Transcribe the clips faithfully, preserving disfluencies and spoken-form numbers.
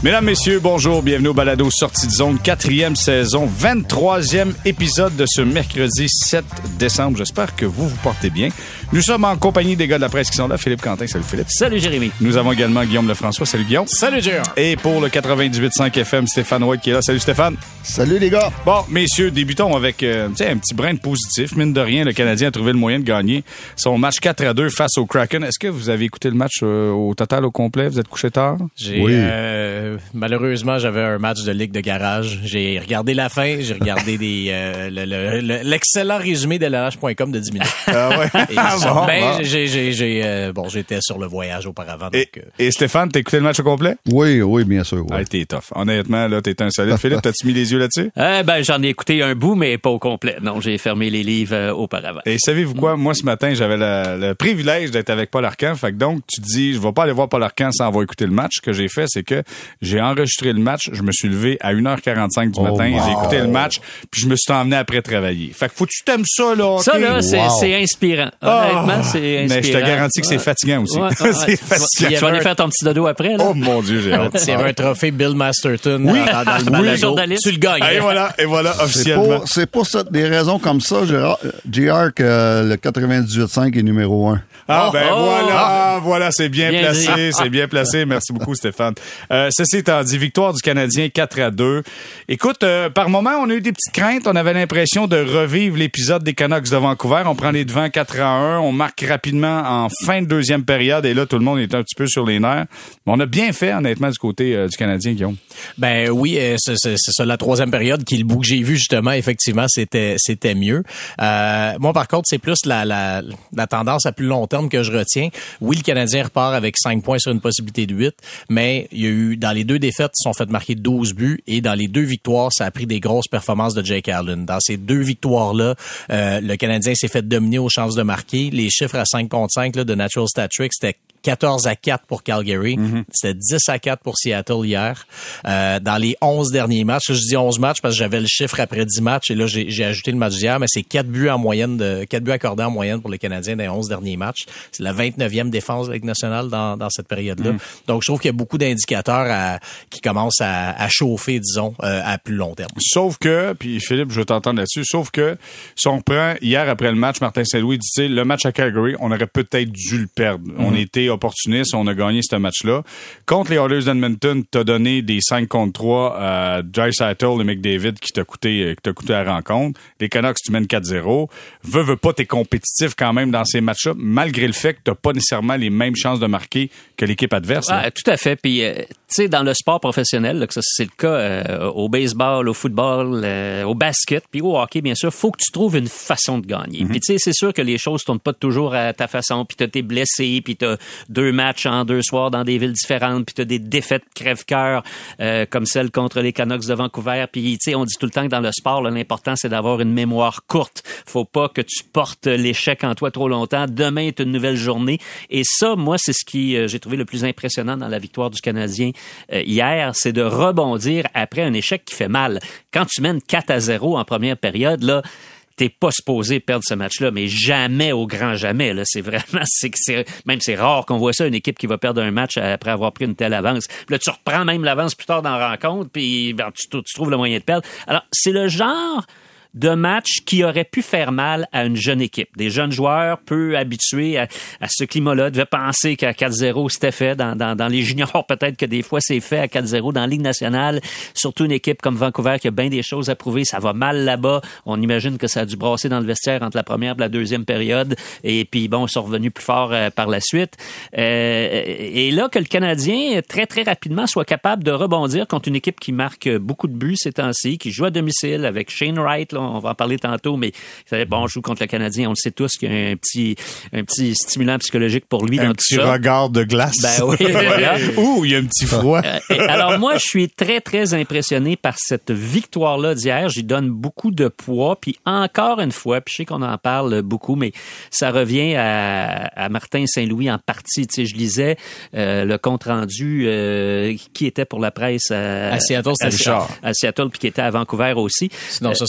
Mesdames, messieurs, bonjour, bienvenue au Balado Sortie de zone, quatrième saison, vingt-troisième épisode de ce mercredi sept décembre. J'espère que vous vous portez bien. Nous sommes en compagnie des gars de la presse qui sont là. Philippe Quentin, salut Philippe. Salut Jérémy. Nous avons également Guillaume Lefrançois, salut Guillaume. Salut Jérémy. Et pour le quatre-vingt-dix-huit virgule cinq F M, Stéphane White qui est là. Salut Stéphane. Salut les gars. Bon, messieurs, débutons avec euh, un petit brin de positif. Mine de rien, le Canadien a trouvé le moyen de gagner son match quatre à deux face au Kraken. Est-ce que vous avez écouté le match euh, au total, au complet? Vous êtes couché tard? J'ai, oui. euh, malheureusement, j'avais un match de Ligue de garage. J'ai regardé la fin, j'ai regardé des, euh, le, le, le, l'excellent résumé de L H point com de dix minutes. Ah ouais? Et, bon, ben, bon. j'ai, j'ai, j'ai, euh, bon, j'étais sur le voyage auparavant. Et, donc, euh... et Stéphane, t'as écouté le match au complet? Oui, oui, bien sûr. Oui. Ah, t'es tough. Honnêtement, là, t'es un solide. Philippe, t'as-tu mis les yeux là-dessus? Euh, ben, j'en ai écouté un bout, mais pas au complet. Non, j'ai fermé les livres euh, auparavant. Et savez-vous quoi? Moi, ce matin, j'avais le, le privilège d'être avec Paul Arcand. Fait que donc, tu te dis, je vais pas aller voir Paul Arcand sans avoir écouté le match. Ce que j'ai fait, c'est que j'ai enregistré le match. Je me suis levé à une heure quarante-cinq du matin. Oh, wow. J'ai écouté le match, puis je me suis emmené après travailler. Fait que faut que tu t'aimes ça, là. Ça, okay? là, c'est, Wow. c'est inspirant. Honnêtement, Oh, c'est inspirant. mais je te garantis que c'est fatigant aussi. Ouais, ouais, c'est ouais. fatigant. Tu vas aller faire ton petit dodo après, là? Oh mon Dieu, j'ai hâte. s'il y avait un trophée Bill Masterton Oui. dans, dans le Oui. balado, Journaliste. tu le gagnes. Et voilà, et voilà, C'est officiellement. pour, c'est pour ça, des raisons comme ça, Gérard, J R, que le quatre-vingt-dix-huit virgule cinq est numéro un. Ah, ben Oh, voilà, voilà, c'est bien, Bien placé, dit. c'est bien placé. Merci beaucoup, Stéphane. Euh, ceci étant dit, victoire du Canadien quatre à deux. Écoute, euh, par moment, on a eu des petites craintes. On avait l'impression de revivre l'épisode des Canucks de Vancouver. On prend les devants quatre à un. On marque rapidement en fin de deuxième période. Et là, tout le monde est un petit peu sur les nerfs. Mais on a bien fait, honnêtement, du côté euh, du Canadien, Guillaume. Ben oui, euh, c'est, c'est, c'est ça, la troisième période, qui le bout que j'ai vu justement, effectivement, c'était c'était mieux. Euh, moi, par contre, c'est plus la, la, la tendance à plus long terme que je retiens. Oui, le Canadien repart avec cinq points sur une possibilité de huit, mais il y a eu, dans les deux défaites, ils sont fait marquer douze buts, et dans les deux victoires, ça a pris des grosses performances de Jake Allen. Dans ces deux victoires-là, euh, le Canadien s'est fait dominer aux chances de marquer. Les chiffres à cinq contre cinq là, de Natural Stat Trick, c'était quatorze à quatre pour Calgary. Mm-hmm. C'était dix à quatre pour Seattle hier. Euh, dans les onze derniers matchs, là, je dis onze matchs parce que j'avais le chiffre après dix matchs et là, j'ai, j'ai ajouté le match d'hier, mais c'est quatre buts en moyenne, de quatre buts accordés en moyenne pour les Canadiens dans les onze derniers matchs. C'est la vingt-neuvième défense de la Ligue nationale dans, dans cette période-là. Mm. Donc, je trouve qu'il y a beaucoup d'indicateurs à, qui commencent à, à chauffer, disons, euh, à plus long terme. Sauf que, puis Philippe, je veux t'entendre là-dessus, sauf que si on prend hier après le match, Martin Saint-Louis dit, tu sais, le match à Calgary, on aurait peut-être dû le perdre. Mm. On était opportuniste, on a gagné ce match-là. Contre les Oilers d'Edmonton, t'as donné des cinq contre trois à Draisaitl et McDavid qui t'a coûté, qui t'a coûté la rencontre. Les Canucks, tu mènes quatre zéro. Veux, veux pas, t'es compétitif quand même dans ces matchs-là, malgré le fait que t'as pas nécessairement les mêmes chances de marquer que l'équipe adverse. Ah, tout à fait. Puis, euh, tu sais, dans le sport professionnel, là, que ça, c'est le cas euh, au baseball, au football, euh, au basket, puis au hockey, bien sûr, faut que tu trouves une façon de gagner. Mm-hmm. Puis, tu sais, c'est sûr que les choses tournent pas toujours à ta façon, puis t'as été blessé, puis t'as deux matchs en deux soirs dans des villes différentes, puis t'as des défaites crève-cœur euh, comme celle contre les Canucks de Vancouver. Puis, tu sais, on dit tout le temps que dans le sport, là, l'important, c'est d'avoir une mémoire courte. Faut pas que tu portes l'échec en toi trop longtemps. Demain est une nouvelle journée. Et ça, moi, c'est ce qui euh, j'ai trouvé le plus impressionnant dans la victoire du Canadien euh, hier, c'est de rebondir après un échec qui fait mal. Quand tu mènes quatre à zéro en première période, là, t'es pas supposé perdre ce match-là, mais jamais au grand jamais. Là, c'est vraiment, c'est, c'est même c'est rare qu'on voit ça, une équipe qui va perdre un match après avoir pris une telle avance. Puis là, tu reprends même l'avance plus tard dans la rencontre, puis ben, tu, tu trouves le moyen de perdre. Alors, c'est le genre de match qui aurait pu faire mal à une jeune équipe. Des jeunes joueurs peu habitués à, à ce climat-là devaient penser qu'à quatre zéro, c'était fait. Dans, dans, dans les juniors, peut-être que des fois, c'est fait à quatre zéro. Dans la Ligue nationale, surtout une équipe comme Vancouver qui a bien des choses à prouver, ça va mal là-bas. On imagine que ça a dû brasser dans le vestiaire entre la première et la deuxième période. Et puis, bon, ils sont revenus plus forts euh, par la suite. Euh, et là, que le Canadien, très, très rapidement, soit capable de rebondir contre une équipe qui marque beaucoup de buts ces temps-ci, qui joue à domicile avec Shane Wright, là, on va en parler tantôt, mais bon, on joue contre le Canadien, on le sait tous qu'il y a un petit, un petit stimulant psychologique pour lui un dans petit tout ça. regard de glace. Ben oui, voilà. Ouh, il y a un petit froid. Euh, alors moi, je suis très, très impressionné par cette victoire-là d'hier. J'y donne beaucoup de poids, puis encore une fois, puis je sais qu'on en parle beaucoup, mais ça revient à, à Martin Saint-Louis en partie. Tu sais, je lisais euh, le compte-rendu euh, qui était pour la presse à, à Seattle, c'était à, Richard. À Seattle, puis qui était à Vancouver aussi. Sinon, ça, c'était moi. Ça,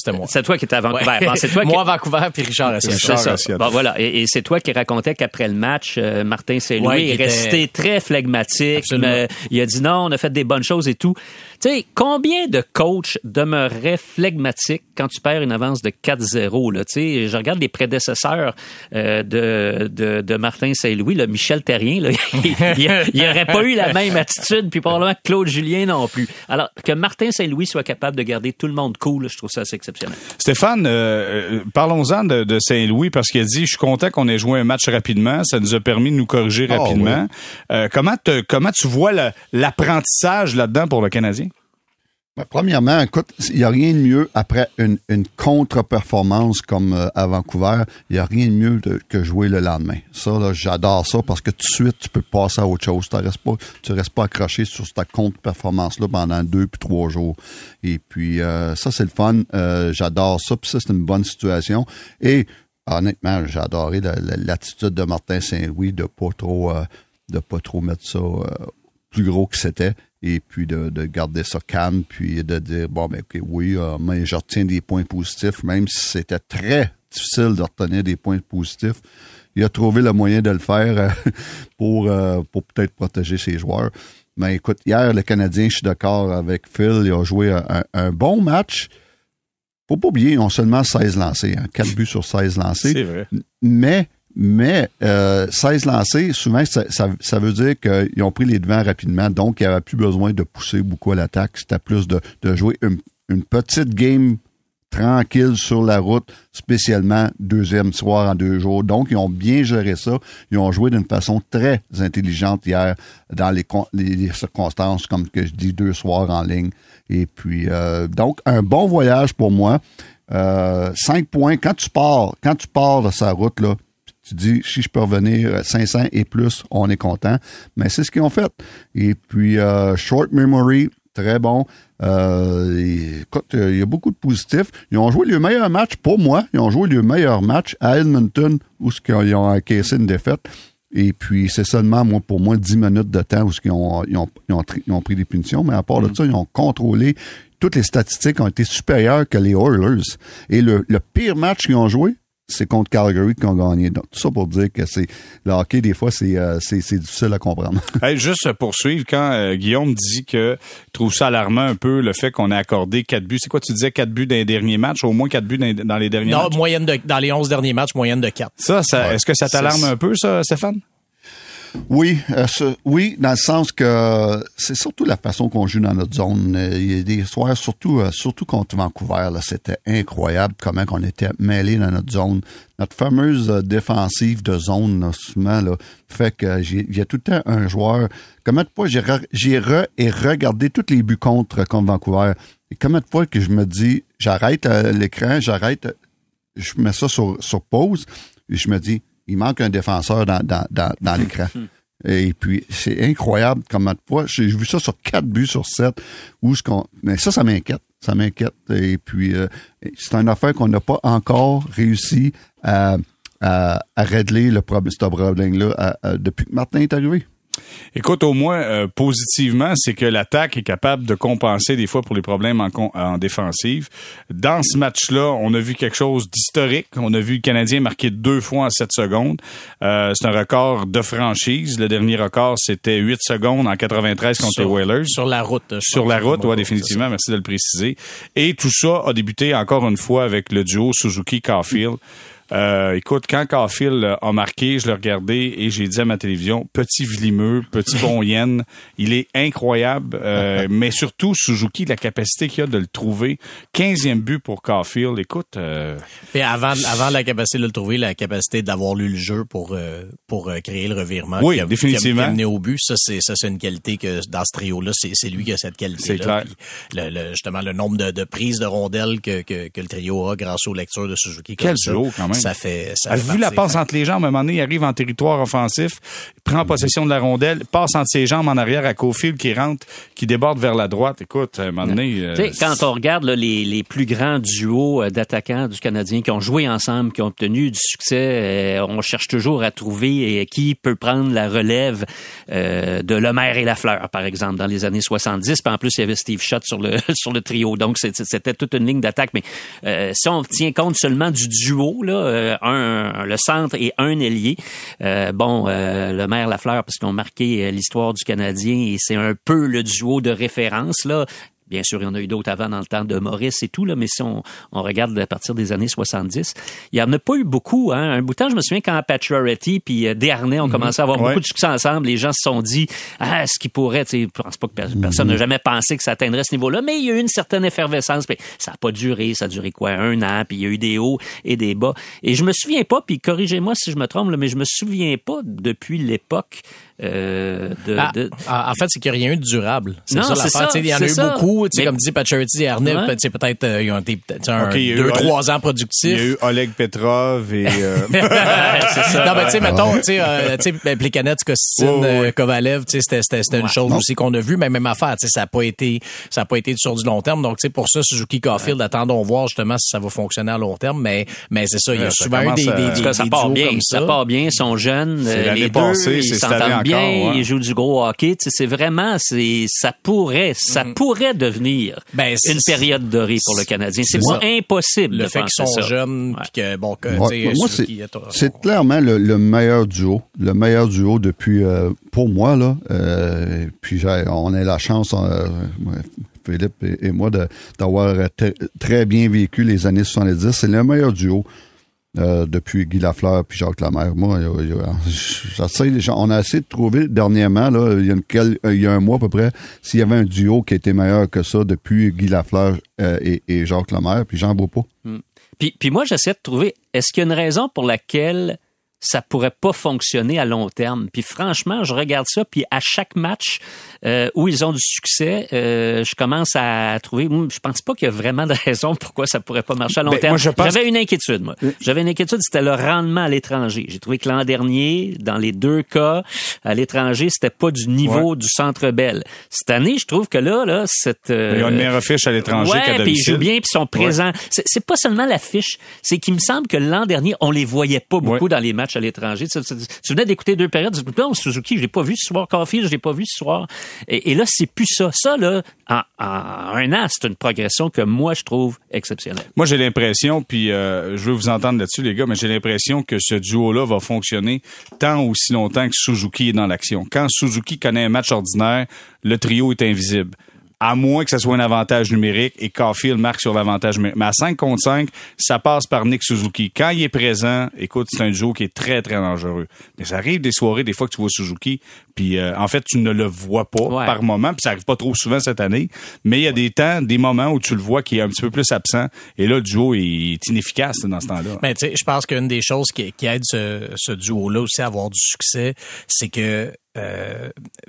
c'était toi qui étais à Vancouver. Ouais. Bon, c'est toi Moi qui... à Vancouver, puis Richard à Seattle. Richard C'est ça. à Seattle. Bon, voilà. Et, et c'est toi qui racontais qu'après le match, euh, Martin Saint-Louis Ouais, est était... resté très flegmatique. Absolument. Mais il a dit non, on a fait des bonnes choses et tout. Tu sais, combien de coachs demeureraient flegmatiques quand tu perds une avance de quatre zéro, là? Tu sais, je regarde les prédécesseurs euh, de, de, de Martin Saint-Louis, là, Michel Terrien, là, il n'aurait pas eu la même attitude, puis probablement Claude Julien non plus. Alors, que Martin Saint-Louis soit capable de garder tout le monde cool, je trouve ça assez exceptionnel. Stéphane, euh, parlons-en de, de Saint-Louis, parce qu'il a dit, je suis content qu'on ait joué un match rapidement, ça nous a permis de nous corriger Oh, rapidement. oui. Euh, comment, te, comment tu vois le, l'apprentissage là-dedans pour le Canadien? Ben, premièrement, écoute, il n'y a rien de mieux après une, une contre-performance comme euh, à Vancouver. Il n'y a rien de mieux de, que jouer le lendemain. Ça, là, j'adore ça parce que tout de suite, tu peux passer à autre chose. Tu restes pas, tu restes pas accroché sur ta contre-performance-là pendant deux puis trois jours. Et puis, euh, ça, c'est le fun. Euh, j'adore ça. Puis ça, c'est une bonne situation. Et honnêtement, j'ai adoré la, la, l'attitude de Martin Saint-Louis de pas trop, euh, de pas trop mettre ça euh, plus gros que c'était. Et puis de, de garder ça calme, puis de dire, bon, ben ok, oui, euh, mais je retiens des points positifs, même si c'était très difficile de retenir des points positifs. Il a trouvé le moyen de le faire euh, pour, euh, pour peut-être protéger ses joueurs. Mais écoute, hier, le Canadien, je suis d'accord avec Phil, il a joué un, un bon match. Faut pas oublier, ils ont seulement seize lancés, hein, quatre buts sur seize lancés. C'est vrai. Mais... Mais euh, seize lancés, souvent, ça, ça, ça veut dire qu'ils ont pris les devants rapidement, donc il n'y avait plus besoin de pousser beaucoup à l'attaque. C'était plus de, de jouer une, une petite game tranquille sur la route, spécialement deuxième soir en deux jours. Donc, ils ont bien géré ça. Ils ont joué d'une façon très intelligente hier dans les, les, les circonstances, comme que je dis, deux soirs en ligne. Et puis, euh, donc, un bon voyage pour moi. Euh, cinq points. Quand tu pars, quand tu pars de sa route, là, tu dis, si je peux revenir cinq cents et plus, on est content. Mais c'est ce qu'ils ont fait. Et puis, euh, short memory, très bon. Euh, et, écoute, il y a beaucoup de positifs. Ils ont joué le meilleur match, pour moi, ils ont joué le meilleur match à Edmonton, où ils ont encaissé une défaite. Et puis, c'est seulement, moi, pour moi, dix minutes de temps où ils ont, ils ont, ils ont, ils ont pris des punitions. Mais à part de ça, ils ont contrôlé. Toutes les statistiques ont été supérieures que les Oilers. Et le, le pire match qu'ils ont joué, c'est contre Calgary qu'ils ont gagné. Donc, tout ça pour dire que c'est le hockey, des fois, c'est, euh, c'est, c'est difficile à comprendre. Hey, juste pour suivre, quand euh, Guillaume dit que trouve ça alarmant un peu le fait qu'on ait accordé quatre buts. C'est quoi, tu disais quatre buts dans les derniers matchs? Au moins quatre buts dans, dans les derniers non, matchs? Non, moyenne de, dans les onze derniers matchs, moyenne de quatre. Ça, ça ouais. Est-ce que ça t'alarme C'est... un peu, ça, Stéphane? Oui, euh, ce, oui, dans le sens que c'est surtout la façon qu'on joue dans notre zone. Il y a des soirs, surtout euh, surtout contre Vancouver, là, c'était incroyable comment on était mêlés dans notre zone. Notre fameuse euh, défensive de zone, là, souvent, là, fait que j'ai, il y a tout le temps un joueur. Combien de fois j'ai, re, j'ai re et regardé tous les buts contre contre Vancouver. Et combien de fois que je me dis, j'arrête euh, l'écran, j'arrête, je mets ça sur, sur pause, et je me dis, il manque un défenseur dans, dans, dans, dans l'écran. Et puis, c'est incroyable comment de fois. J'ai vu ça sur quatre buts sur sept. Où ce qu'on... Mais ça, ça m'inquiète. Ça m'inquiète. Et puis, euh, c'est une affaire qu'on n'a pas encore réussi à, à, à régler le problème, ce problème-là à, à, depuis que Martin est arrivé. Écoute, au moins, euh, positivement, c'est que l'attaque est capable de compenser des fois pour les problèmes en, en défensive. Dans ce match-là, on a vu quelque chose d'historique. On a vu le Canadien marquer deux fois en sept secondes. Euh, c'est un record de franchise. Le dernier record, c'était huit secondes en quatre-vingt-treize contre sur, les Whalers. Sur la route. Sur la route, oui, définitivement. Merci de le préciser. Et tout ça a débuté encore une fois avec le duo Suzuki-Caulfield. Euh, écoute, quand Caulfield a marqué, je l'ai regardé et j'ai dit à ma télévision, petit vlimeux, petit bon yen, il est incroyable, euh, mais surtout Suzuki, la capacité qu'il a de le trouver. quinzième but pour Caulfield, écoute... Euh... Et avant, avant la capacité de le trouver, la capacité d'avoir lu le jeu pour euh, pour euh, créer le revirement. Oui, qui a, définitivement. Qui a mené au but, ça c'est ça c'est une qualité que dans ce trio-là, c'est, c'est lui qui a cette qualité-là. C'est clair. Puis le, le, justement, le nombre de, de prises de rondelles que, que, que le trio a grâce aux lectures de Suzuki. Quel comme duo, ça, quand même. même. Ça fait, ça Avez-vous fait vu la passe fait. entre les jambes? À un moment donné, il arrive en territoire offensif, prend possession de la rondelle, passe entre ses jambes en arrière à Caulfield qui rentre, qui déborde vers la droite. Écoute, à un moment donné... Euh, tu sais, quand on regarde là, les, les plus grands duos d'attaquants du Canadien qui ont joué ensemble, qui ont obtenu du succès, euh, on cherche toujours à trouver euh, qui peut prendre la relève euh, de Lemaire et Lafleur, par exemple, dans les années soixante-dix. Puis en plus, il y avait Steve Shutt sur le sur le trio. Donc, c'était toute une ligne d'attaque. Mais euh, si on tient compte seulement du duo, là, euh, un, un le centre et un ailier, euh, bon, euh, Lemaire, Lafleur, parce qu'ils ont marqué euh, l'histoire du Canadien et c'est un peu le duo de référence, là. Bien sûr, il y en a eu d'autres avant dans le temps de Maurice et tout, là, mais si on, on regarde à partir des années soixante-dix, il n'y en a pas eu beaucoup. Hein. Un bout de temps, je me souviens quand Pacioretty puis euh, Desharnais ont mm-hmm. commencé à avoir ouais. beaucoup de succès ensemble, les gens se sont dit « Ah, ce qui pourrait... » Je pense pas que personne mm-hmm. n'a jamais pensé que ça atteindrait ce niveau-là, mais il y a eu une certaine effervescence. Mais ça n'a pas duré, ça a duré quoi? Un an, puis il y a eu des hauts et des bas. Et je me souviens pas, puis corrigez-moi si je me trompe, là, mais je me souviens pas depuis l'époque Euh, de, ah, de... En fait, c'est qu'il n'y a rien eu de durable. C'est non, ça l'affaire. Il y en a eu ça. beaucoup. Mais... Comme dit Pacioretty et Arnett, ouais. peut-être euh, ils ont été un, okay, deux, trois ans productifs. Il y a eu Oleg Petrov et... Euh... c'est ça. Non, mais tu sais, mettons, tu sais, euh, Plekanec, Kostin, oh, ouais. Kovalev, c'était, c'était, c'était ouais. une chose non. aussi qu'on a vue, mais même affaire, ça n'a pas été ça n'a pas été sur du long terme. Donc, tu sais, pour ça, Suzuki Caulfield, ouais. attendons voir justement si ça va fonctionner à long terme, mais, mais c'est ça, il y a ouais, souvent eu des, à... des, des, des ça part bien, ça. ça part bien, ils sont jeunes, les deux, passée, ils s'entendent bien, ouais. ils jouent du gros hockey, tu sais, c'est vraiment, c'est, ça pourrait, ça mm. pourrait devenir ben, une période dorée pour le Canadien. C'est, c'est pas ça. Impossible le de fait penser qu'ils sont ça. jeunes, puis que bon, que, ouais, moi c'est, c'est clairement le, le meilleur duo, le meilleur duo depuis euh, pour moi là. Euh, puis j'ai, on a la chance, euh, Philippe et, et moi, de, d'avoir t- très bien vécu les années soixante-dix. C'est le meilleur duo. Euh, depuis Guy Lafleur puis Jacques Lemaire. Moi, il y a, j'essaie, on a essayé de trouver dernièrement, là, il y a, une, il y a un mois à peu près, s'il y avait un duo qui était meilleur que ça depuis Guy Lafleur euh, et, et Jacques Lemaire, puis j'en vois pas. Hum. Puis, puis moi, j'essaie de trouver, est-ce qu'il y a une raison pour laquelle ça pourrait pas fonctionner à long terme? Puis franchement, je regarde ça, puis à chaque match euh, où ils ont du succès, euh, je commence à trouver, je pense pas qu'il y a vraiment de raison pourquoi ça pourrait pas marcher à long ben, terme. Moi, je pense... J'avais une inquiétude, moi. J'avais une inquiétude, c'était le rendement à l'étranger. J'ai trouvé que l'an dernier, dans les deux cas, à l'étranger, c'était pas du niveau ouais. du Centre Bell. Cette année, je trouve que là, là, cette... Euh... Ils ont une meilleure fiche à l'étranger ouais, qu'à domicile. Puis ils jouent bien, puis ils sont présents. Ouais. C'est, c'est pas seulement la fiche, c'est qu'il me semble que l'an dernier, on les voyait pas beaucoup ouais. dans les matchs à l'étranger. Tu, tu, tu venais d'écouter deux périodes, tu dis, non, Suzuki, je l'ai pas vu ce soir, Caulfield, je l'ai pas vu ce soir. Et, et là, c'est plus ça. Ça, là, en, en un an, c'est une progression que moi, je trouve exceptionnelle. Moi, j'ai l'impression, puis euh, je veux vous entendre là-dessus, les gars, mais j'ai l'impression que ce duo-là va fonctionner tant aussi longtemps que Suzuki est dans l'action. Quand Suzuki connaît un match ordinaire, le trio est invisible. À moins que ça soit un avantage numérique et Caulfield marque sur l'avantage numérique. Mais à cinq contre cinq, ça passe par Nick Suzuki. Quand il est présent, écoute, c'est un duo qui est très, très dangereux. Mais ça arrive des soirées, des fois que tu vois Suzuki, puis euh, en fait, tu ne le vois pas ouais. par moment, puis ça arrive pas trop souvent cette année. Mais il y a des temps, des moments où tu le vois qui est un petit peu plus absent. Et là, le duo est inefficace dans ce temps-là. Mais tu sais, je pense qu'une des choses qui, qui aide ce, ce duo-là aussi à avoir du succès, c'est que... Euh,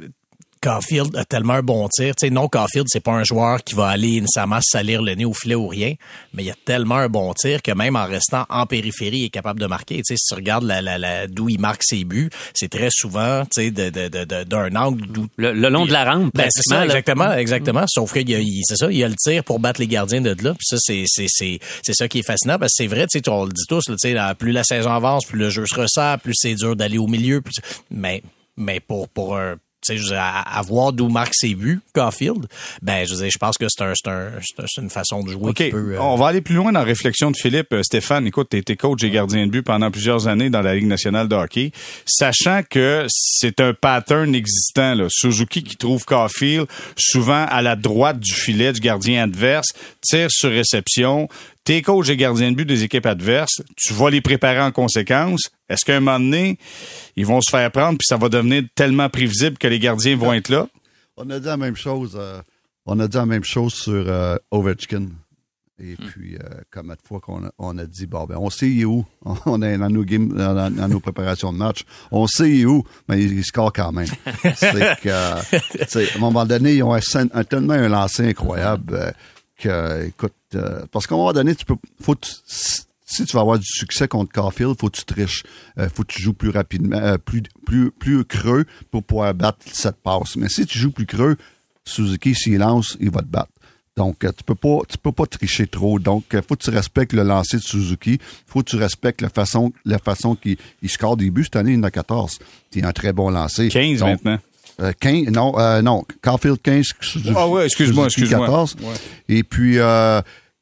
Caulfield a tellement un bon tir. Tu sais, non, Caulfield, c'est pas un joueur qui va aller nécessairement salir le nez au filet ou rien, mais il a tellement un bon tir que même en restant en périphérie, il est capable de marquer. Tu sais, si tu regardes la, la, la, d'où il marque ses buts, c'est très souvent, tu sais, de, de, de, de, d'un angle d'où... Le, le long de la rampe, ben, c'est ça, exactement, exactement. Mmh. Sauf qu'il y a, il, c'est ça, il y a le tir pour battre les gardiens de là. Puis ça, c'est, c'est, c'est, c'est ça qui est fascinant, parce que c'est vrai, tu sais, on le dit tous, tu sais, plus la saison avance, plus le jeu se resserre, plus c'est dur d'aller au milieu. Plus... Mais, mais pour, pour un... Tu sais, à, à voir d'où marque ses buts, Caulfield, ben, je veux dire, je pense que c'est un, c'est un, c'est une façon de jouer okay. qui peut... Euh... On va aller plus loin dans la réflexion de Philippe. Euh, Stéphane, écoute, t'as été coach et gardien de but pendant plusieurs années dans la Ligue nationale de hockey. Sachant que c'est un pattern existant, là. Suzuki qui trouve Caulfield souvent à la droite du filet du gardien adverse, tire sur réception. T'es coach et gardien de but des équipes adverses, tu vas les préparer en conséquence. Est-ce qu'à un moment donné, ils vont se faire prendre puis ça va devenir tellement prévisible que les gardiens vont être là? On a dit la même chose. Euh, on a dit la même chose sur euh, Ovechkin. Et mm. puis, euh, comme à fois qu'on a, on a dit, bon, ben, on sait il est où. On est dans nos games, dans, dans nos préparations de match. On sait il est où, mais il, il score quand même. C'est que, euh, à un moment donné, ils ont un, un, tellement un lancer incroyable euh, que, écoute, euh, parce qu'à un moment donné, tu peux, faut, tu, si tu vas avoir du succès contre Caulfield, faut que tu triches. Euh, faut que tu joues plus rapidement, euh, plus, plus, plus creux pour pouvoir battre cette passe. Mais si tu joues plus creux, Suzuki, s'il lance, il va te battre. Donc, euh, tu peux pas, tu peux pas tricher trop. Donc, il euh, faut que tu respectes le lancer de Suzuki. Faut que tu respectes la façon, la façon qu'il il score des buts. Cette année, il en a quatorze. C'est un très bon lancer. quinze Donc, maintenant. Euh, quinze, non, euh, non. Caulfield quinze, Suzuki, ah ouais, excuse-moi, Suzuki excuse-moi. quatorze. Ouais. Et puis, euh,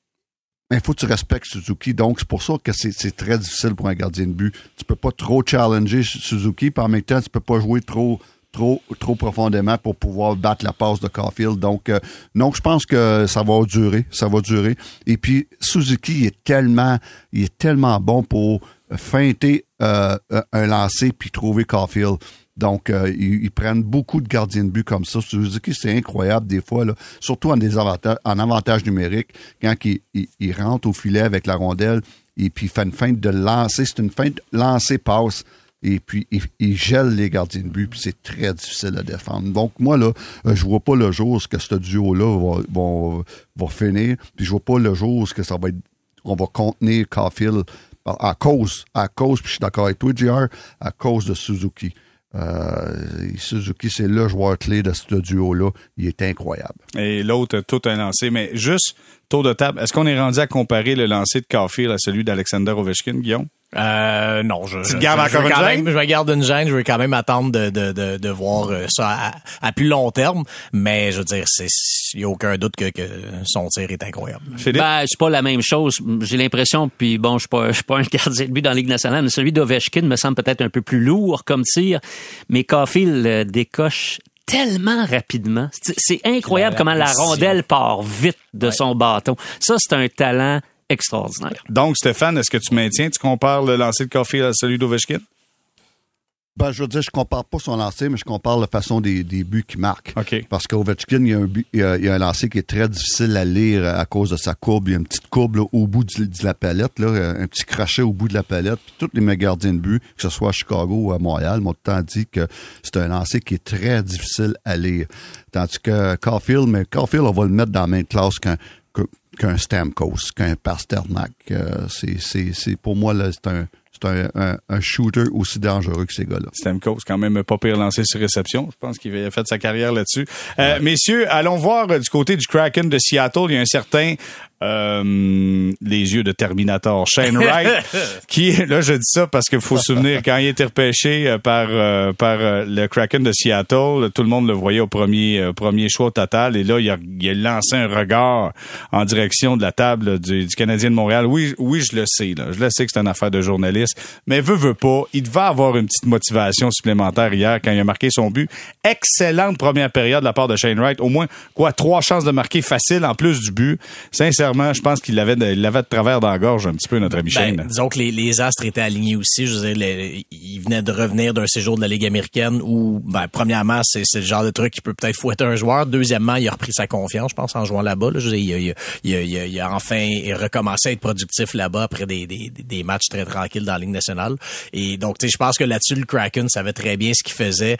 il faut que tu respectes Suzuki. Donc, c'est pour ça que c'est, c'est très difficile pour un gardien de but. Tu peux pas trop challenger Suzuki, puis en même temps, tu peux pas jouer trop, trop, trop profondément pour pouvoir battre la passe de Caulfield. Donc, euh, non, je pense que ça va durer. Ça va durer. Et puis, Suzuki il est tellement, il est tellement bon pour feinter euh, un lancer puis trouver Caulfield. Donc, euh, ils, ils prennent beaucoup de gardiens de but comme ça. Suzuki, c'est incroyable des fois, là, surtout en, des avantages, en avantage numérique, quand il, il, il rentre au filet avec la rondelle et puis il fait une feinte de lancer. C'est une feinte lancer-passe. Et puis, il, il gèle les gardiens de but, puis c'est très difficile à défendre. Donc, moi, là, je vois pas le jour où ce que ce duo-là va, va, va finir, puis je vois pas le jour où ce que ça va être, on va contenir Caulfield à cause, à cause, puis je suis d'accord avec toi, J R, à cause de Suzuki. Euh, Suzuki, c'est le joueur clé de ce duo-là. Il est incroyable. Et l'autre, tout un lancé. Mais juste, tour de table, est-ce qu'on est rendu à comparer le lancer de Caulfield à celui d'Alexander Ovechkin, Guillaume? Euh, non, je, tu te gardes je, encore je, une même, gêne? je me garde une gêne. Je vais quand même attendre de, de, de, de voir ça à, à plus long terme. Mais je veux dire, c'est, il n'y a aucun doute que, que son tir est incroyable. Philippe? Ben, c'est pas la même chose. J'ai l'impression, puis bon, je suis pas, je suis pas un gardien de but dans la Ligue nationale, mais celui d'Ovechkin me semble peut-être un peu plus lourd comme tir. Mais Caulfield euh, décoche tellement rapidement. C'est, c'est incroyable la comment la rondelle part vite de ouais. son bâton. Ça, c'est un talent extraordinaire. Donc, Stéphane, est-ce que tu maintiens, tu compares le lancer de Caulfield à celui d'Ovechkin? Ben, je veux dire, je compare pas son lancer, mais je compare la façon des, des buts qu'il marque. Okay. Parce qu'Ovechkin, il y a un but, il y a, il y a un lancer qui est très difficile à lire à cause de sa courbe. Il y a une petite courbe là, au bout de, de la palette, là, un petit crochet au bout de la palette. Puis tous les gardiens de but, que ce soit à Chicago ou à Montréal, m'ont tout le temps dit que c'est un lancer qui est très difficile à lire. Tandis que Caulfield, mais Caulfield, on va le mettre dans la même classe qu'un qu'un Stamkos, qu'un Pasternak. Euh, c'est, c'est, c'est, pour moi, là, c'est un, c'est un, un, un shooter aussi dangereux que ces gars-là. Stamkos, quand même pas pire lancé sur réception. Je pense qu'il a fait sa carrière là-dessus. Euh, ouais. Messieurs, allons voir du côté du Kraken de Seattle. Il y a un certain... Euh, les yeux de Terminator, Shane Wright, qui, là, je dis ça parce qu'il faut se souvenir, quand il a été repêché par, euh, par euh, le Kraken de Seattle, tout le monde le voyait au premier, euh, premier choix au total, et là, il a, il a lancé un regard en direction de la table du, du Canadien de Montréal. Oui, oui, je le sais, là. Je le sais que c'est une affaire de journaliste, mais veut, veut pas, il devait avoir une petite motivation supplémentaire hier quand il a marqué son but. Excellente première période de la part de Shane Wright. Au moins, quoi, trois chances de marquer facile en plus du but. Sincèrement, je pense qu'il l'avait de, il l'avait de travers dans la gorge un petit peu, notre ami Shane. Ben, disons que les, les astres étaient alignés aussi. Je veux dire, les, il venait de revenir d'un séjour de la Ligue américaine où, ben, premièrement, c'est, c'est le genre de truc qui peut peut-être fouetter un joueur. Deuxièmement, il a repris sa confiance, je pense, en jouant là-bas. Là. Je veux dire, il, a, il, a, il, a, il a enfin recommencé à être productif là-bas après des, des, des matchs très tranquilles dans la Ligue nationale. Et donc, tu sais, je pense que là-dessus, le Kraken savait très bien ce qu'il faisait.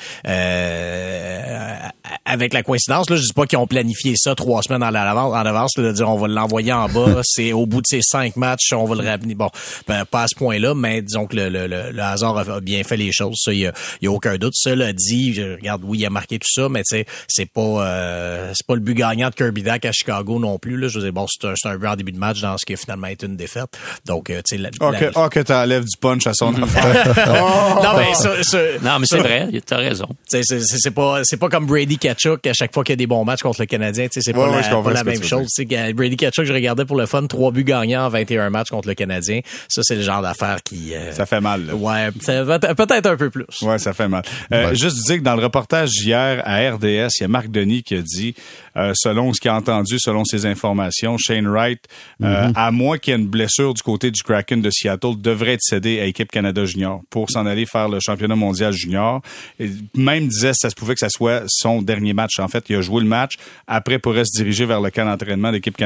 Euh, avec la coïncidence, là, je dis pas qu'ils ont planifié ça trois semaines en avance, en avance là, de dire on va l'envoyer en bas, c'est au bout de ces cinq matchs, on va le ramener. Bon, ben, pas à ce point-là, mais disons que le, le, le, le hasard a bien fait les choses. Ça, il y a, il y a aucun doute. Cela dit, je regarde, oui, il a marqué tout ça, mais tu sais, c'est pas, euh, c'est pas le but gagnant de Kirby Dach à Chicago non plus. Là, je veux dire, bon, c'est un, c'est un but en début de match dans ce qui a finalement été une défaite. Donc, tu sais, la, oh, que, oh, que t'enlèves du punch à son affaire. oh, non, mais ça, ça, non, mais c'est ça, vrai, t'as raison. C'est, c'est, c'est pas, c'est pas comme Brady Tkachuk à chaque fois qu'il y a des bons matchs contre le Canadien. Tu sais, c'est ouais, pas ouais, la, pas la même chose. Tu sais, Brady Tkachuk, je regardais pour le fun, trois buts gagnants en vingt et un matchs contre le Canadien. Ça, c'est le genre d'affaire qui... Euh, ça fait mal. Là. Ouais, ça, peut-être un peu plus. Ouais, ça fait mal. Euh, ouais. Juste dire que dans le reportage hier à R D S, il y a Marc Denis qui a dit, euh, selon ce qu'il a entendu, selon ses informations, Shane Wright, euh, mm-hmm. à moins qu'il y ait une blessure du côté du Kraken de Seattle, devrait être cédé à l'équipe Canada Junior pour s'en aller faire le championnat mondial junior. Et même disait ça se pouvait que ça soit son dernier match. En fait, il a joué le match. Après, pourrait se diriger vers le camp d'entraînement de l'équipe Canada Junior.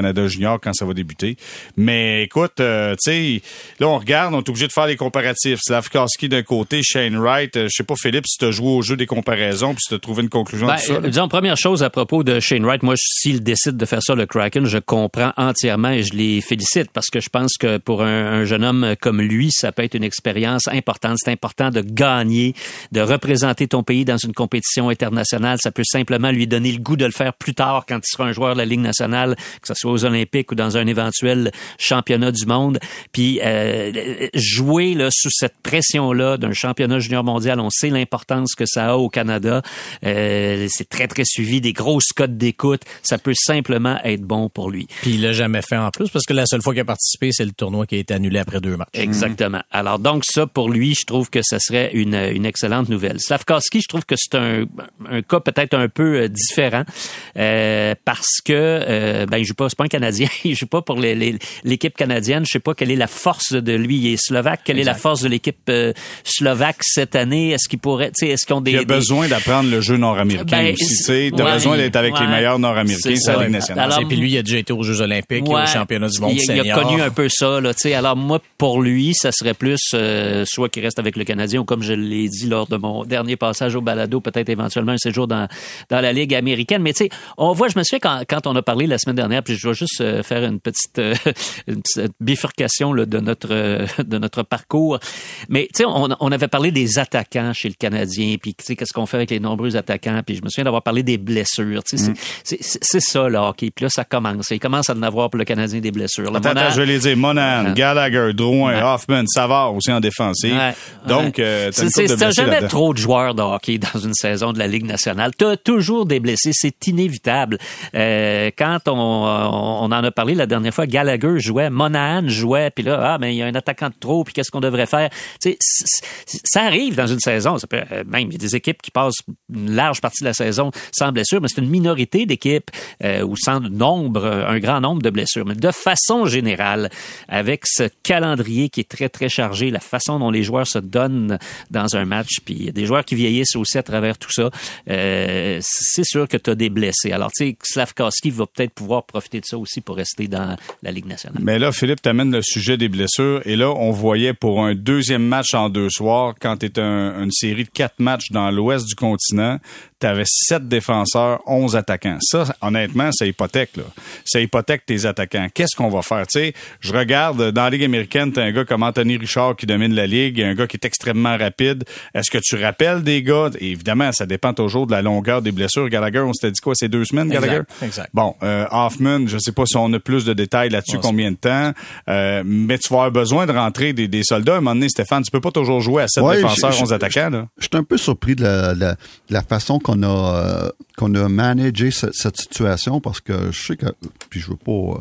juniors quand ça va débuter. Mais écoute, euh, tu sais, là, on regarde, on est obligé de faire les comparatifs. Slafkowski d'un côté, Shane Wright. Euh, je sais pas, Philippe, si tu as joué au jeu des comparaisons puis si tu as trouvé une conclusion ben, de ça. Là. Disons, première chose à propos de Shane Wright, moi, s'il décide de faire ça, le Kraken, je comprends entièrement et je les félicite parce que je pense que pour un, un jeune homme comme lui, ça peut être une expérience importante. C'est important de gagner, de représenter ton pays dans une compétition internationale. Ça peut simplement lui donner le goût de le faire plus tard quand il sera un joueur de la Ligue nationale, que ce soit aux Olympiques ou dans un éventuel championnat du monde. Puis euh, jouer là, sous cette pression-là d'un championnat junior mondial, on sait l'importance que ça a au Canada. Euh, c'est très, très suivi, des grosses cotes d'écoute. Ça peut simplement être bon pour lui. Puis il l'a jamais fait en plus parce que la seule fois qu'il a participé, c'est le tournoi qui a été annulé après deux matchs. Exactement. Mm-hmm. Alors donc ça, pour lui, je trouve que ça serait une, une excellente nouvelle. Slafkowski, je trouve que c'est un, un cas peut-être un peu euh, différent euh, parce que euh, ben il joue pas, c'est pas un Canadien, il joue pas pour les, les, l'équipe canadienne. Je sais pas quelle est la force de lui. Il est slovaque. Quelle exact. Est la force de l'équipe euh, slovaque cette année? Est-ce qu'il pourrait, tu sais, est-ce qu'ils ont des... Il a besoin des... d'apprendre le jeu nord-américain ben, aussi, tu sais. T'as ouais, besoin d'être avec ouais, les meilleurs nord-américains, c'est la Ligue nationale. Et puis lui, il a déjà été aux Jeux olympiques, ouais, et aux championnats du monde il, senior. Il a connu un peu ça, là, tu sais. Alors moi, pour lui, ça serait plus euh, soit qu'il reste avec le Canadien ou comme je l'ai dit lors de mon dernier passage au balado, peut-être éventuellement un séjour dans dans la Ligue américaine. Mais tu sais, on voit, je me souviens quand, quand on a parlé la semaine dernière, puis je vais juste euh, faire une petite, euh, une petite bifurcation là, de notre euh, de notre parcours. Mais tu sais, on, on avait parlé des attaquants chez le Canadien, puis tu sais, qu'est-ce qu'on fait avec les nombreux attaquants, puis je me souviens d'avoir parlé des blessures. Tu sais, mm. c'est, c'est, c'est ça le hockey. Puis là, ça commence. Il commence à en avoir pour le Canadien des blessures. Attends, Monahan, attends, je vais les dire. Monahan, Gallagher, Drouin, ouais. Hoffman, Savard aussi en défensive. Ouais. Donc, euh, t'as une couple de blessés jamais là-dedans. Trop de joueurs de hockey dans une saison de la Ligue nationale. T'as toujours des blessés. C'est inévitable. Euh, quand on, on en a parlé la dernière fois, Gallagher jouait, Monahan jouait, puis là, ah, mais il y a un attaquant de trop, puis qu'est-ce qu'on devrait faire? Tu sais, ça arrive dans une saison. Ça peut, même, il y a des équipes qui passent une large partie de la saison sans blessure, mais c'est une minorité d'équipes euh, ou sans nombre, un grand nombre de blessures. Mais de façon générale, avec ce calendrier qui est très, très chargé, la façon dont les joueurs se donnent dans un match, puis il y a des joueurs qui vieillissent aussi à travers tout ça, euh, c'est sûr que tu as des blessés. Alors, tu sais, Slafkowski va peut-être pouvoir profiter de ça aussi pour rester dans la Ligue nationale. Mais là, Philippe, t'amènes le sujet des blessures, et là, on voyait pour un deuxième match en deux soirs, quand t'es un, une série de quatre matchs dans l'ouest du continent, t'avais sept défenseurs, onze attaquants. Ça, honnêtement, ça hypothèque, là. Ça hypothèque tes attaquants. Qu'est-ce qu'on va faire? Tu sais, je regarde, dans la Ligue américaine, t'as un gars comme Anthony Richard qui domine la Ligue, un gars qui est extrêmement rapide. Est-ce que tu rappelles des gars? Et évidemment, ça dépend toujours de la longueur des blessures. Gallagher, on s'était dit quoi? C'est deux semaines, Gallagher? Exact. exact. Bon, euh, Hoffman, je sais pas si on a plus de détails là-dessus, bon, combien de temps. Euh, mais tu vas avoir besoin de rentrer des, des soldats. À un moment donné, Stéphane, tu peux pas toujours jouer à sept ouais, défenseurs, onze attaquants, là. Je suis un peu surpris de la, la, de la façon qu'on a, euh, qu'on a managé cette, cette situation parce que je sais que, puis je veux pas,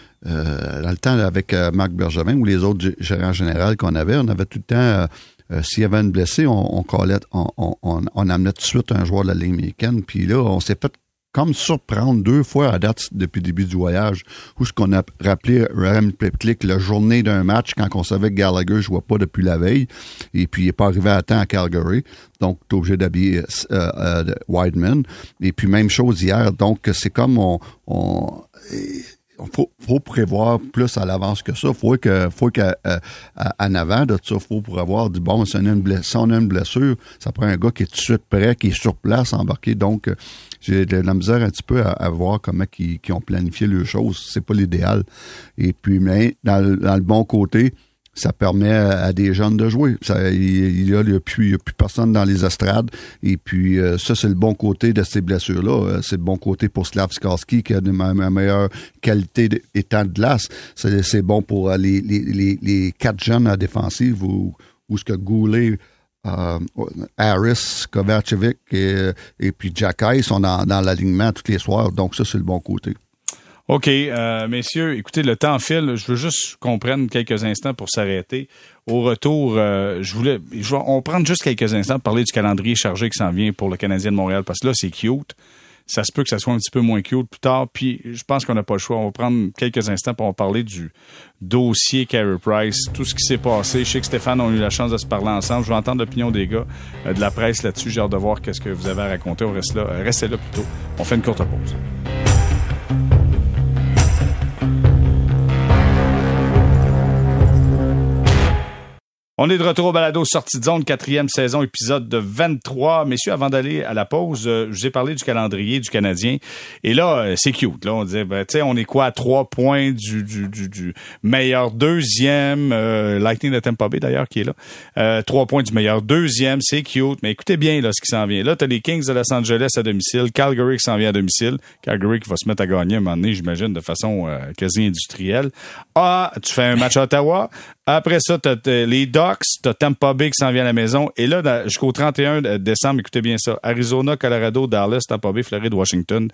euh, dans le temps avec euh, Marc Bergevin ou les autres gérants généraux qu'on avait, on avait tout le temps, euh, euh, s'il y avait une blessée, on, on, collait, on, on, on, on amenait tout de suite un joueur de la Ligue américaine, puis là, on s'est fait comme surprendre deux fois à date depuis le début du voyage, où ce qu'on a rappelé Rem Plipklik la journée d'un match quand on savait que Gallagher ne jouait pas depuis la veille, et puis il n'est pas arrivé à temps à Calgary, donc tu es obligé d'habiller euh, euh, Wideman. Et puis même chose hier, donc c'est comme on... on faut, faut prévoir plus à l'avance que ça. Faut que, faut qu'en avant de ça, faut pour avoir du bon, si on a une blessure, si on a une blessure, ça prend un gars qui est tout de suite prêt, qui est sur place, embarqué. Donc, j'ai de la misère un petit peu à, à voir comment ils, qu'ils ont planifié les choses. C'est pas l'idéal. Et puis, mais dans le, dans le bon côté, ça permet à, à des jeunes de jouer. Ça, il, il y a, il y a plus, il y a plus personne dans les estrades. Et puis, euh, ça, c'est le bon côté de ces blessures-là. C'est le bon côté pour Slafkowski, qui a une, une meilleure qualité étant de glace. C'est, c'est bon pour les, les, les, les quatre jeunes à défensive où, où ce que Goulet, euh, Harris, Kovacevic et, et puis Jacky sont dans, dans l'alignement tous les soirs. Donc, ça, c'est le bon côté. OK, euh, messieurs, écoutez, le temps file. Je veux juste qu'on prenne quelques instants pour s'arrêter. Au retour, euh, je voulais, je vais, on va prendre juste quelques instants pour parler du calendrier chargé qui s'en vient pour le Canadien de Montréal, parce que là, c'est cute. Ça se peut que ça soit un petit peu moins cute plus tard, puis je pense qu'on n'a pas le choix. On va prendre quelques instants pour parler du dossier Carey Price, tout ce qui s'est passé. Je sais que Stéphane a eu la chance de se parler ensemble. Je vais entendre l'opinion des gars, euh, de la presse là-dessus. J'ai hâte de voir qu'est-ce que vous avez à raconter. On reste là, euh, restez là plutôt. On fait une courte pause. On est de retour au balado Sortie de zone, quatrième saison, épisode de vingt-trois. Messieurs, avant d'aller à la pause, euh, je vous ai parlé du calendrier du Canadien. Et là, euh, c'est cute. Là, on disait, ben, tu sais, on est quoi à trois points du, du, du, du meilleur deuxième, euh, Lightning de Tampa Bay d'ailleurs qui est là. Euh, trois points du meilleur deuxième, c'est cute. Mais écoutez bien là ce qui s'en vient. Là, t'as les Kings de Los Angeles à domicile, Calgary qui s'en vient à domicile, Calgary qui va se mettre à gagner à un moment donné, j'imagine, de façon euh, quasi industrielle. Ah, tu fais un match à Ottawa. Après ça, t'as, t'as les Ducks, t'as Tampa Bay qui s'en vient à la maison. Et là, dans, jusqu'au trente et un décembre, écoutez bien ça, Arizona, Colorado, Dallas, Tampa Bay, Floride, Washington.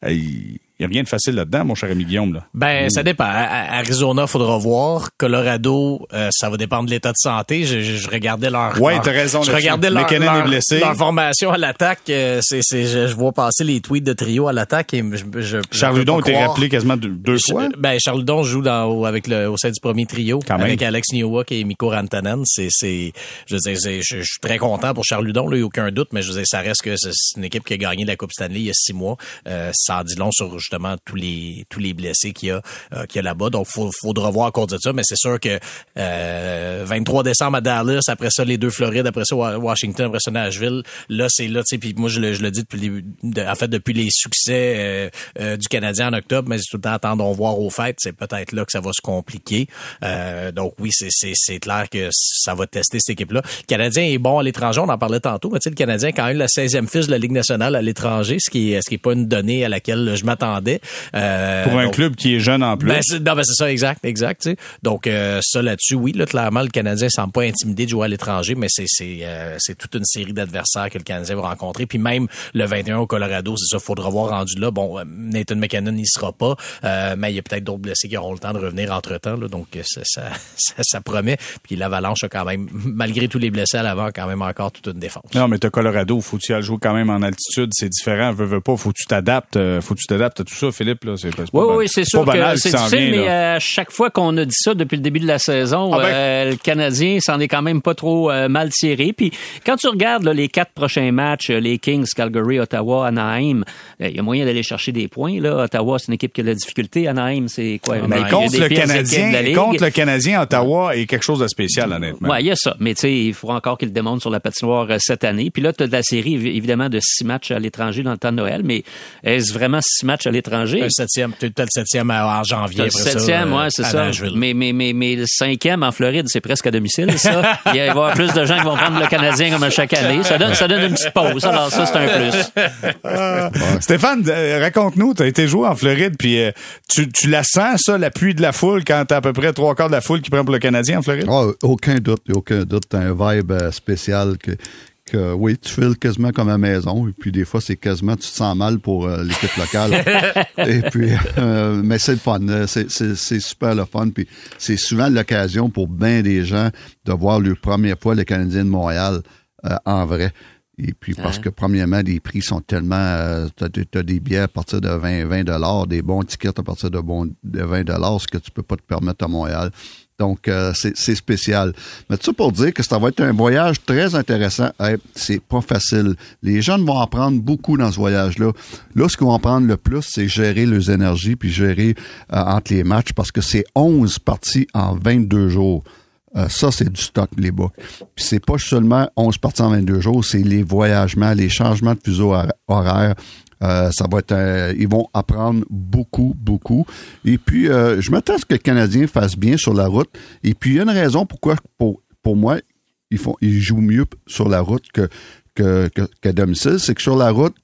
Il n'y a rien de facile là-dedans, mon cher ami Guillaume. Là. Ben, mmh. ça dépend. À Arizona, faudra voir. Colorado, euh, ça va dépendre de l'état de santé. Je, je, je regardais leur... Ouais, leur, t'as raison. Je regardais leur, leur, leur, leur formation à l'attaque. Euh, c'est, c'est, je, je vois passer les tweets de trio à l'attaque. Et je, je, Charles Hudon a été rappelé quasiment deux, deux je, fois. Ben, Charles Hudon joue dans, avec le, au sein du premier trio. Quand avec même. Alex Newhook et Mikko Rantanen. C'est, c'est, je veux dire, c'est, je, je suis très content pour Charles Hudon, là, il n'y a aucun doute, mais je veux dire, ça reste que c'est une équipe qui a gagné la Coupe Stanley il y a six mois. Euh, ça en dit long sur justement tous les tous les blessés qu'il y a euh, qu'il y a là-bas. Donc, faut faudra voir à cause de ça, mais c'est sûr que euh, vingt-trois décembre à Dallas, après ça les deux Florides, après ça Washington, après ça Nashville, là c'est là, tu sais, puis moi je le je le dis depuis le début, de, en fait depuis les succès euh, euh, du Canadien en octobre, mais tout le temps attendons voir aux fêtes, c'est peut-être là que ça va se compliquer. Euh, donc oui, c'est c'est c'est clair que ça va tester cette équipe-là. Le Canadien est bon à l'étranger, on en parlait tantôt, mais tu sais le Canadien a quand même la seizième fiche de la Ligue nationale à l'étranger, ce qui est ce qui est pas une donnée à laquelle je m'attendais. Euh, Pour un donc, club qui est jeune en plus. Ben c'est, non, ben c'est ça, exact, exact. Tu sais. Donc euh, ça là-dessus, oui, là clairement le Canadien semble pas intimidé de jouer à l'étranger, mais c'est c'est euh, c'est toute une série d'adversaires que le Canadien va rencontrer. Puis même le vingt et un au Colorado, c'est ça, faudra voir rendu là. Bon, Nathan McKinnon n'y sera pas, euh, mais il y a peut-être d'autres blessés qui auront le temps de revenir entre temps. Là, donc ça, ça, ça, ça promet. Puis l'Avalanche a quand même, malgré tous les blessés à l'avant, quand même encore toute une défense. Non, mais t'as Colorado, faut que tu y ailles jouer quand même en altitude, c'est différent. Veux, veux pas, faut que tu t'adaptes, faut que tu t'adaptes à tout ça, Philippe. Là, c'est, c'est oui, pas, oui, c'est sûr pas que c'est difficile, mais à chaque fois qu'on a dit ça depuis le début de la saison, ah ben, euh, le Canadien s'en est quand même pas trop euh, mal tiré. Puis quand tu regardes là, les quatre prochains matchs, les Kings, Calgary, Ottawa, Anaheim, il y a moyen d'aller chercher des points. Là. Ottawa, c'est une équipe qui a de la difficulté. Anaheim, c'est quoi? Mais ben, contre, le Canadien, contre le Canadien, Ottawa est quelque chose de spécial, honnêtement. Oui, il y a ça. Mais tu sais, il faut encore qu'il le démontre sur la patinoire euh, cette année. Puis là, tu as de la série, évidemment, de six matchs à l'étranger dans le temps de Noël. Mais est-ce vraiment six matchs à l'étranger? Un septième, tu as le septième en janvier. Le septième, oui, c'est ça. Mais, mais, mais, mais le cinquième en Floride, c'est presque à domicile, ça. Il va y avoir plus de gens qui vont prendre le Canadien comme à chaque année. Ça donne, ça donne une petite pause. Alors ça, c'est un plus. Euh, Stéphane, euh, raconte-nous, tu as été joué en Floride, puis euh, tu, tu la sens, ça, l'appui de la foule, quand t'as à peu près trois quarts de la foule qui prend pour le Canadien en Floride? Oh, aucun doute, aucun doute. T'as un vibe euh, spécial que... que oui, tu files quasiment comme à la maison, et puis des fois, c'est quasiment, tu te sens mal pour euh, l'équipe locale. Et puis, euh, mais c'est le fun, c'est, c'est, c'est super le fun, puis c'est souvent l'occasion pour bien des gens de voir leur première fois le Canadien de Montréal euh, en vrai. Et puis, parce que, premièrement, les prix sont tellement... Euh, t'as, t'as des billets à partir de vingt dollars, des bons tickets à partir de, bon, de vingt dollars, ce que tu peux pas te permettre à Montréal. Donc, euh, c'est, c'est spécial. Mais tout ça pour dire que ça va être un voyage très intéressant. Hey, c'est pas facile. Les jeunes vont en prendre beaucoup dans ce voyage-là. Là, ce qu'ils vont en prendre le plus, c'est gérer leurs énergies puis gérer euh, entre les matchs parce que c'est onze parties en vingt-deux jours. Euh, ça, c'est du stock, les bas. Puis c'est pas seulement onze parties en vingt-deux jours, c'est les voyagements, les changements de fuseau horaire. Euh, ça va être, euh, ils vont apprendre beaucoup, beaucoup. Et puis, euh, je m'attends à ce que le Canadien fasse bien sur la route. Et puis, il y a une raison pourquoi, pour, pour moi, ils font, ils jouent mieux sur la route que, que, que, qu'à domicile. C'est que sur la route,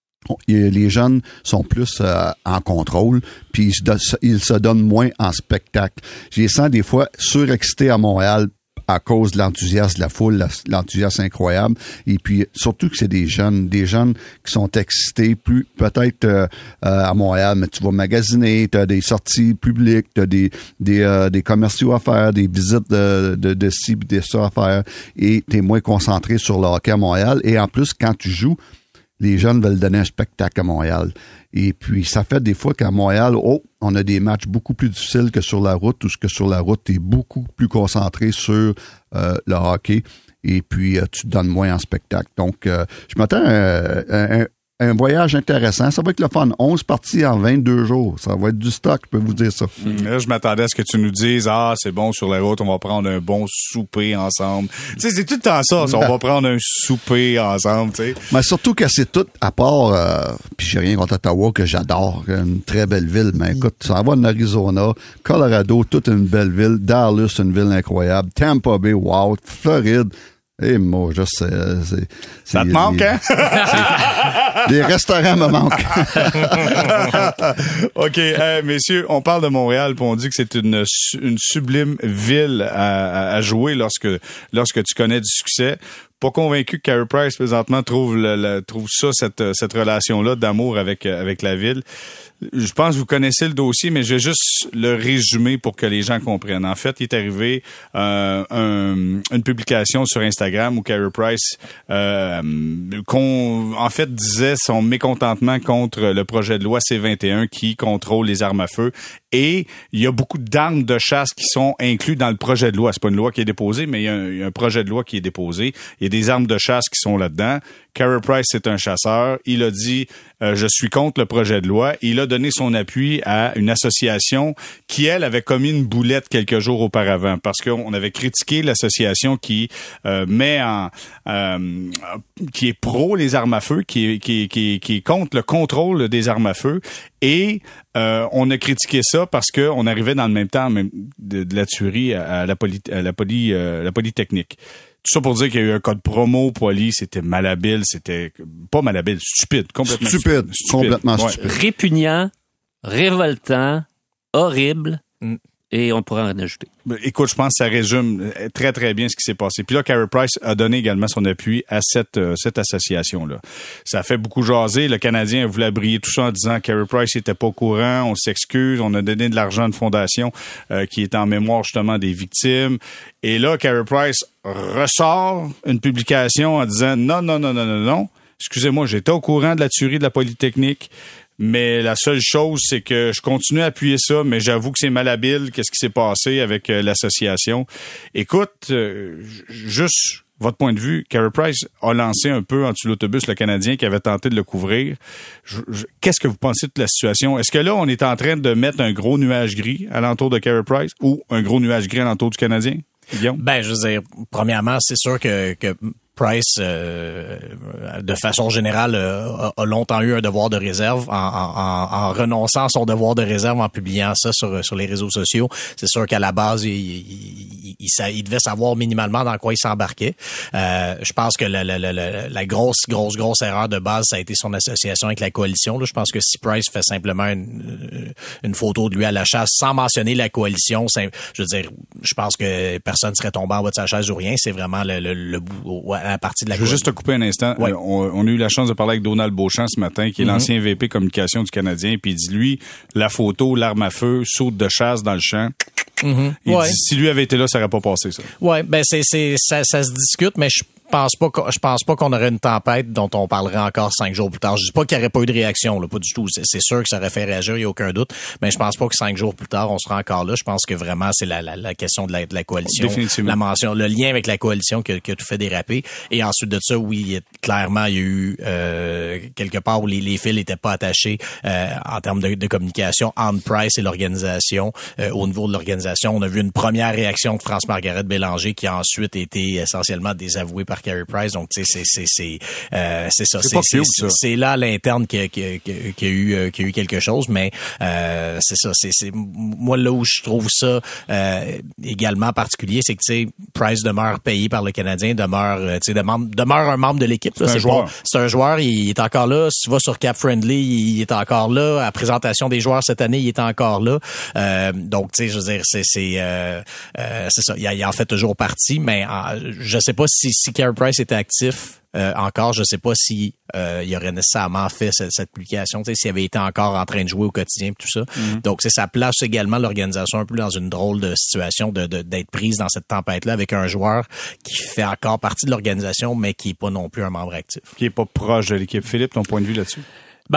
les jeunes sont plus euh, en contrôle, puis ils, ils se donnent moins en spectacle. Je les sens des fois surexcités à Montréal à cause de l'enthousiasme de la foule, l'enthousiasme incroyable. Et puis, surtout que c'est des jeunes, des jeunes qui sont excités, plus peut-être euh, euh, à Montréal, mais tu vas magasiner, tu as des sorties publiques, tu as des, des, euh, des commerciaux à faire, des visites de, de, de ci, de ça à faire, et tu es moins concentré sur le hockey à Montréal. Et en plus, quand tu joues, les jeunes veulent donner un spectacle à Montréal. Et puis, ça fait des fois qu'à Montréal, oh, on a des matchs beaucoup plus difficiles que sur la route, ou que sur la route, tu es beaucoup plus concentré sur euh, le hockey. Et puis, euh, tu te donnes moins en spectacle. Donc, euh, je m'attends à, à, à un voyage intéressant. Ça va être le fun. onze parties en vingt-deux jours. Ça va être du stock, je peux vous dire ça. Là, je m'attendais à ce que tu nous dises, ah, c'est bon, sur la route, on va prendre un bon souper ensemble. Tu sais, c'est tout le temps ça, ça. On va prendre un souper ensemble, tu sais. Mais surtout que c'est tout, à part, euh, puis j'ai rien contre Ottawa, que j'adore, une très belle ville. Mais écoute, ça va en Arizona, Colorado, toute une belle ville. Dallas, une ville incroyable. Tampa Bay, wow. Floride. Eh, moi, je sais. C'est, c'est, ça te manque, les, hein? Les restaurants me manquent. OK, hey, messieurs, on parle de Montréal, puis on dit que c'est une, une sublime ville à, à jouer lorsque, lorsque tu connais du succès. Pas convaincu que Carey Price, présentement, trouve, le, le, trouve ça, cette, cette relation-là d'amour avec, avec la ville. Je pense que vous connaissez le dossier, mais je vais juste le résumer pour que les gens comprennent. En fait, il est arrivé euh, un, une publication sur Instagram où Carey Price, euh, qu'on, en fait, disait son mécontentement contre le projet de loi C vingt et un qui contrôle les armes à feu. Et il y a beaucoup d'armes de chasse qui sont inclus dans le projet de loi. C'est pas une loi qui est déposée, mais il y a un, il y a un projet de loi qui est déposé. Il y a des armes de chasse qui sont là-dedans. Carey Price, c'est un chasseur. Il a dit euh, je suis contre le projet de loi. Il a donné son appui à une association qui, elle, avait commis une boulette quelques jours auparavant parce qu'on avait critiqué l'association qui euh, met en euh, qui est pro les armes à feu, qui est, qui est, qui est, qui est contre le contrôle des armes à feu. Et euh, on a critiqué ça parce que on arrivait dans le même temps même de, de la tuerie à, à la poly, à la poly, euh, la polytechnique. Tout ça pour dire qu'il y a eu un code promo poly, c'était malhabile, c'était pas malhabile, stupide, complètement stupide, stupide. complètement ouais. stupide. Répugnant, révoltant, horrible. Mm. Et on pourra en ajouter. Écoute, je pense que ça résume très, très bien ce qui s'est passé. Puis là, Carey Price a donné également son appui à cette, euh, cette association-là. Ça a fait beaucoup jaser. Le Canadien voulait briller tout ça en disant que Carey Price n'était pas au courant, on s'excuse, on a donné de l'argent à une fondation euh, qui est en mémoire justement des victimes. Et là, Carey Price ressort une publication en disant non, non, non, non, non, non. Excusez-moi, j'étais au courant de la tuerie de la Polytechnique. Mais la seule chose, c'est que je continue à appuyer ça, mais j'avoue que c'est malhabile. Qu'est-ce qui s'est passé avec euh, l'association? Écoute, euh, juste votre point de vue, Carey Price a lancé un peu en dessous de l'autobus le Canadien qui avait tenté de le couvrir. Je, je, qu'est-ce que vous pensez de la situation? Est-ce que là, on est en train de mettre un gros nuage gris alentour de Carey Price ou un gros nuage gris alentour du Canadien? Guillaume? Ben, je veux dire, premièrement, c'est sûr que... que... Price, euh, de façon générale, euh, a, a longtemps eu un devoir de réserve en, en, en renonçant à son devoir de réserve en publiant ça sur, sur les réseaux sociaux. C'est sûr qu'à la base, il, il, il, il, il devait savoir minimalement dans quoi il s'embarquait. Euh, je pense que la, la, la, la grosse, grosse, grosse erreur de base, ça a été son association avec la coalition. Là, je pense que si Price fait simplement une, une photo de lui à la chasse sans mentionner la coalition, je veux dire, je pense que personne serait tombé en bas de sa chaise ou rien. C'est vraiment le, le, le bout... À partie de la Je veux juste te couper un instant. Ouais. Euh, on, on a eu la chance de parler avec Donald Beauchamp ce matin, qui est mm-hmm. l'ancien V P communication du Canadien, puis il dit, lui, la photo, l'arme à feu, saute de chasse dans le champ. Mm-hmm. Il ouais. dit, si lui avait été là, ça n'aurait pas passé, ça. Ouais, ben c'est, c'est, ça, ça se discute, mais je pense pas que, je pense pas qu'on aurait une tempête dont on parlerait encore cinq jours plus tard. Je dis pas qu'il n'y aurait pas eu de réaction, là, pas du tout. C'est, c'est sûr que ça aurait fait réagir, il n'y a aucun doute. Mais je pense pas que cinq jours plus tard, on sera encore là. Je pense que vraiment, c'est la, la, la question de la, de la coalition. La mention, le lien avec la coalition qui a, qui a tout fait déraper. Et ensuite de ça, oui, clairement, il y a eu, euh, quelque part où les, les fils n'étaient pas attachés, euh, en termes de, de communication entre Price et l'organisation. Euh, au niveau de l'organisation, on a vu une première réaction de France-Margaret Bélanger qui a ensuite été essentiellement désavouée par Carey Price. Donc, tu sais, c'est, c'est, c'est, euh, c'est ça. C'est, c'est, pas c'est, cute, c'est, ça. c'est là à l'interne qu'il y a, qu'il y a, qu'il y a eu, euh, qu'il y a eu quelque chose, mais euh, c'est ça. C'est, c'est moi là où je trouve ça euh, également particulier, c'est que tu sais, Price demeure payé par le Canadien, demeure, tu sais, demeure, demeure un membre de l'équipe. C'est, là, c'est un joueur. C'est un joueur. Il est encore là. Si tu vas sur Cap Friendly, il est encore là. À la présentation des joueurs cette année, il est encore là. Euh, donc, tu sais, je veux dire, c'est, c'est, euh, euh, c'est ça. Il, il en fait toujours partie, mais euh, je sais pas si si Carey Price était actif euh, encore, je sais pas si euh, il aurait nécessairement fait cette, cette publication, tu sais, s'il avait été encore en train de jouer au quotidien et tout ça. Mm-hmm. Donc, c'est ça place également l'organisation un peu dans une drôle de situation de, de d'être prise dans cette tempête-là avec un joueur qui fait encore partie de l'organisation, mais qui est pas non plus un membre actif. Qui est pas proche de l'équipe. Philippe, ton point de vue là-dessus? Ben, je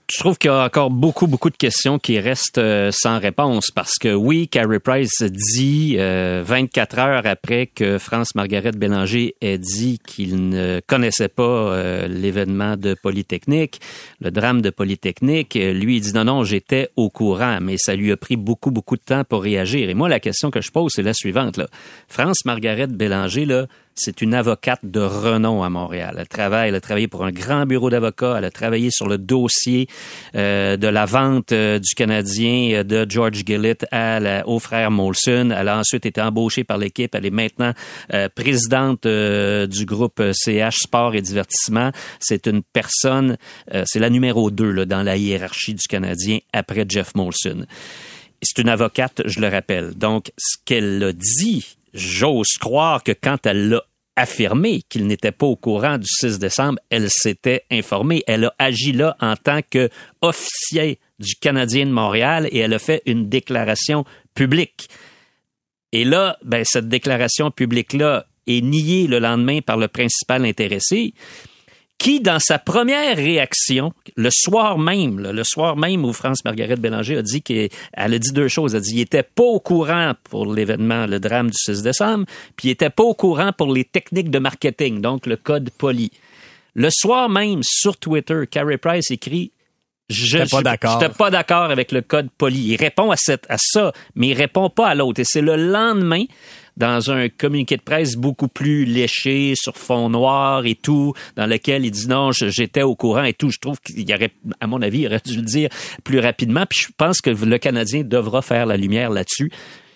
Je trouve qu'il y a encore beaucoup, beaucoup de questions qui restent euh, sans réponse parce que oui, Carey Price dit euh, vingt-quatre heures après que France-Margaret Bélanger ait dit qu'il ne connaissait pas euh, l'événement de Polytechnique, le drame de Polytechnique, lui il dit non, non, j'étais au courant, mais ça lui a pris beaucoup, beaucoup de temps pour réagir. Et moi, la question que je pose, c'est la suivante, là. France-Margaret Bélanger, là, c'est une avocate de renom à Montréal. Elle travaille, elle a travaillé pour un grand bureau d'avocats. Elle a travaillé sur le dossier euh, de la vente euh, du Canadien euh, de George Gillett à la, aux frères Molson. Elle a ensuite été embauchée par l'équipe. Elle est maintenant euh, présidente euh, du groupe C H Sport et Divertissement. C'est une personne, euh, c'est la numéro deux là, dans la hiérarchie du Canadien après Jeff Molson. C'est une avocate, je le rappelle. Donc, ce qu'elle a dit, j'ose croire que quand elle l'a affirmé qu'il n'était pas au courant du six décembre, elle s'était informée. Elle a agi là en tant qu'officier du Canadien de Montréal et elle a fait une déclaration publique. Et là, ben, cette déclaration publique-là est niée le lendemain par le principal intéressé, qui, dans sa première réaction, le soir même, là, le soir même où France-Margaret Bélanger a dit qu'elle a dit deux choses. Elle a dit qu'il n'était pas au courant pour l'événement, le drame du six décembre, puis il n'était pas au courant pour les techniques de marketing, donc le code Poly. Le soir même, sur Twitter, Carey Price écrit Je n'étais pas d'accord. J'étais pas d'accord avec le code Poly. Il répond à, cette, à ça, mais il répond pas à l'autre. Et c'est le lendemain, dans un communiqué de presse beaucoup plus léché, sur fond noir et tout, dans lequel il dit non, j'étais au courant et tout. Je trouve qu'il y aurait, à mon avis, il aurait dû le dire plus rapidement. Puis je pense que le Canadien devra faire la lumière là-dessus.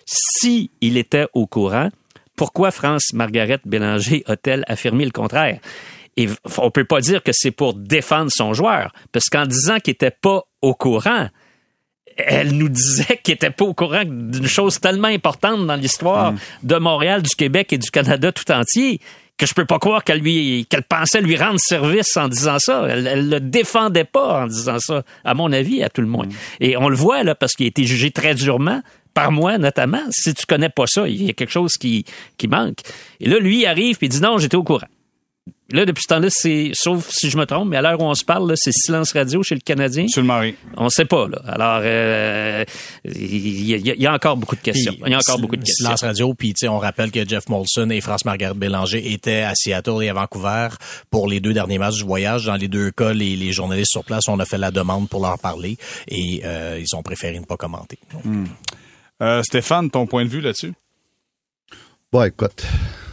Si il était au courant, pourquoi France-Margaret Bélanger a-t-elle affirmé le contraire? Et on peut pas dire que c'est pour défendre son joueur, parce qu'en disant qu'il était pas au courant, elle nous disait qu'il était pas au courant d'une chose tellement importante dans l'histoire mmh. de Montréal, du Québec et du Canada tout entier, que je peux pas croire qu'elle lui, qu'elle pensait lui rendre service en disant ça. Elle, elle le défendait pas en disant ça, à mon avis, à tout le moins. Mmh. Et on le voit, là, parce qu'il a été jugé très durement, par moi notamment. Si tu connais pas ça, il y a quelque chose qui, qui manque. Et là, lui, il arrive et il dit non, j'étais au courant. Là, depuis ce temps-là, c'est, sauf si je me trompe, mais à l'heure où on se parle, là, c'est silence radio chez le Canadien. Sur le mari. On sait pas, là. Alors, euh, il y, y, y a encore beaucoup de questions. Il y a encore beaucoup de questions. Silence radio, puis tu sais, on rappelle que Jeff Molson et France-Margaret Bélanger étaient à Seattle et à Vancouver pour les deux derniers matchs du voyage. Dans les deux cas, les, les journalistes sur place, on a fait la demande pour leur parler et euh, ils ont préféré ne pas commenter. Hmm. Euh, Stéphane, ton point de vue là-dessus? Bon, écoute...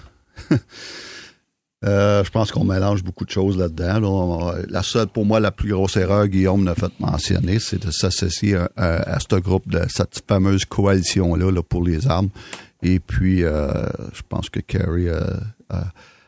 Euh, je pense qu'on mélange beaucoup de choses là-dedans. Là. On, la seule, pour moi, la plus grosse erreur, Guillaume l'a fait mentionner, c'est de s'associer à, à, à ce groupe, de cette fameuse coalition-là là, pour les armes. Et puis, euh, je pense que Carey, euh, euh,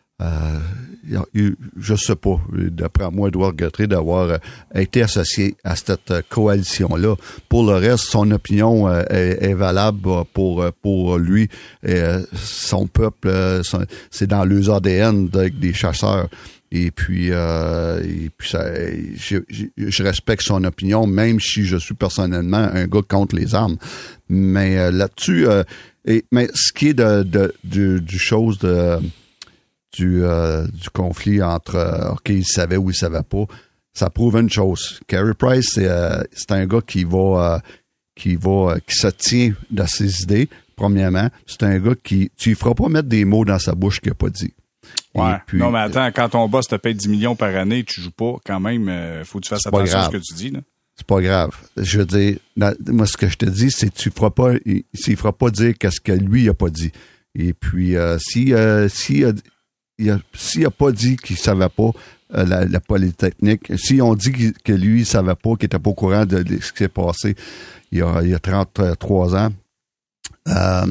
euh, je sais pas, d'après moi, il doit regretter d'avoir été associé à cette coalition-là. Pour le reste, son opinion euh, est, est valable pour pour lui. Et, son peuple, son, c'est dans leurs A D N avec des chasseurs. Et puis, euh, et puis ça, je, je, je respecte son opinion, même si je suis personnellement un gars contre les armes. Mais euh, là-dessus, euh, et, mais ce qui est de, de du, du chose de du euh, du conflit entre euh, OK, il savait ou il savait pas, ça prouve une chose. Carey Price, c'est euh, c'est un gars qui va euh, qui va euh, qui se tient de ses idées. Premièrement, c'est un gars qui tu lui feras pas mettre des mots dans sa bouche qu'il a pas dit. Ouais. Puis, non, mais attends, quand ton boss te paye dix millions par année, tu joues pas, quand même, euh, faut que tu fasses attention à ce que tu dis, là. C'est pas grave. Je veux dire, moi, ce que je te dis, c'est que tu feras pas, il, il fera pas dire qu'est-ce que lui a pas dit. Et puis, euh, si, euh, si, euh, il a, s'il a pas dit qu'il savait pas euh, la, la Polytechnique, si on dit qu'il, que lui, il savait pas, qu'il était pas au courant de, de ce qui s'est passé il y a, il y a trente-trois ans, euh,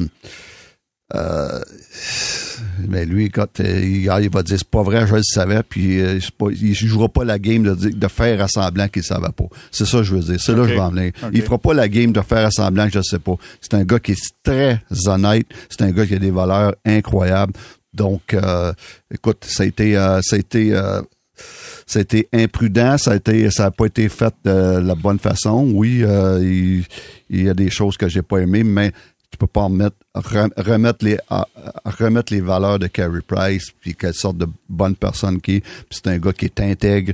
euh, mais lui, quand euh, il, il va dire c'est pas vrai, je le savais, puis euh, c'est pas, il jouera pas la game de, de faire semblant qu'il savait pas. C'est ça que je veux dire. C'est okay. Là que je vais en venir. Okay. Il fera pas la game de faire semblant que je ne sais pas. C'est un gars qui est très honnête. C'est un gars qui a des valeurs incroyables. Donc, euh, écoute, ça a été, euh, ça a été, euh, ça a été imprudent. Ça a été, ça a pas été fait de la bonne façon. Oui, euh, il, il y a des choses que j'ai pas aimées, mais tu peux pas en mettre, remettre les, remettre les valeurs de Carey Price, puis quelle sorte de bonne personne qui est. Puis c'est un gars qui est intègre,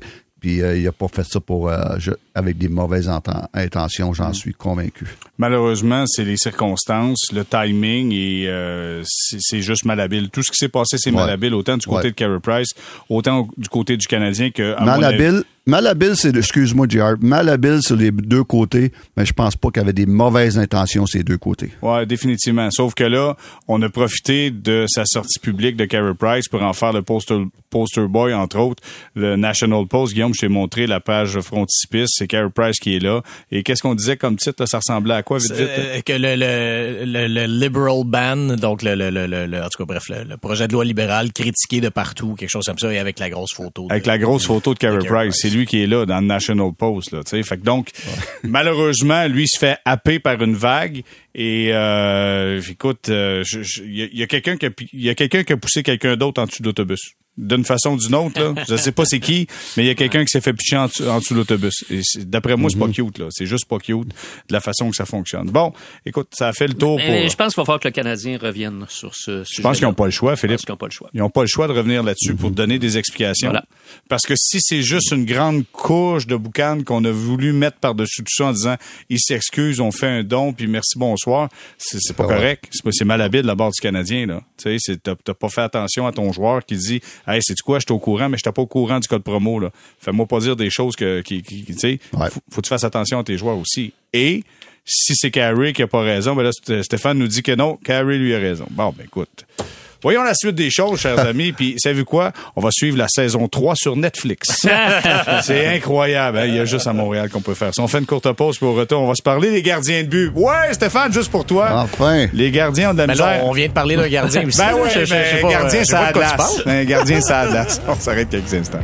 Puis euh, il a pas fait ça pour euh, je, avec des mauvaises enten- intentions, j'en suis convaincu. Malheureusement, c'est les circonstances, le timing et euh, c'est, c'est juste malhabile. Tout ce qui s'est passé, c'est ouais. malhabile, autant du côté ouais. de Carey Price, autant du côté du Canadien que... Malhabile, malhabile, c'est, excuse-moi, J R, malhabile sur les deux côtés, mais je pense pas qu'il y avait des mauvaises intentions ces deux côtés. Ouais, définitivement. Sauf que là, on a profité de sa sortie publique de Carey Price pour en faire le poster, poster boy, entre autres, le National Post. Guillaume, je t'ai montré la page frontispice, c'est Carey Price qui est là. Et qu'est-ce qu'on disait comme titre, là, ça ressemblait à quoi, vite, vite? Euh, que le, le, le, le liberal ban, donc le, le, le, le, en tout cas, bref, le, le projet de loi libéral critiqué de partout, quelque chose comme ça, et avec la grosse photo. De, avec la grosse photo de Carey Price. Price. C'est lui qui est là dans le National Post, là, tu sais. Fait que donc, ouais. malheureusement, lui se fait happer par une vague. Et euh, écoute, il euh, y, y a quelqu'un qui a, y a quelqu'un qui a poussé quelqu'un d'autre en dessous de l'autobus. D'une façon ou d'une autre, là. Je sais pas c'est qui, mais il y a quelqu'un qui s'est fait pitcher en, en dessous de l'autobus. Et d'après moi, mm-hmm. c'est pas cute, là. C'est juste pas cute de la façon que ça fonctionne. Bon, écoute, ça a fait le tour mais pour... Je pense qu'il va falloir que le Canadien revienne sur ce sujet. Je pense qu'ils n'ont pas le choix, Philippe. Je pense qu'ils n'ont pas le choix. Ils n'ont pas le choix de revenir là-dessus mm-hmm. pour donner des explications. Voilà. Parce que si c'est juste une grande couche de boucan qu'on a voulu mettre par-dessus tout ça en disant « ils s'excusent, on fait un don, puis merci, bonsoir », c'est, c'est pas ah correct. Ouais. C'est, pas, c'est malhabile de la part du Canadien, là. Tu sais, t'as, t'as pas fait attention à ton joueur qui dit « Hey, sais-tu quoi, je suis au courant, mais je n'étais pas au courant du code promo, là. Fais-moi pas dire des choses que, qui, qui, tu sais, ouais. faut, faut que tu fasses attention à tes joueurs aussi. » Et si c'est Carey qui a pas raison, ben là, Stéphane nous dit que non, Carey lui a raison. Bon, ben écoute. Voyons la suite des choses, chers amis. Puis, savez-vous quoi? On va suivre la saison trois sur Netflix. C'est incroyable. Hein? Il y a juste à Montréal qu'on peut faire ça. On fait une courte pause pour retour. On va se parler des gardiens de but. Ouais, Stéphane, juste pour toi. Enfin. Les gardiens ont de la mais misère. Là, on vient de parler d'un gardien aussi. Ben oui, je, je, je, je un pas, gardien, euh, ça a de glace. Un gardien, ça a de glace. On s'arrête quelques instants.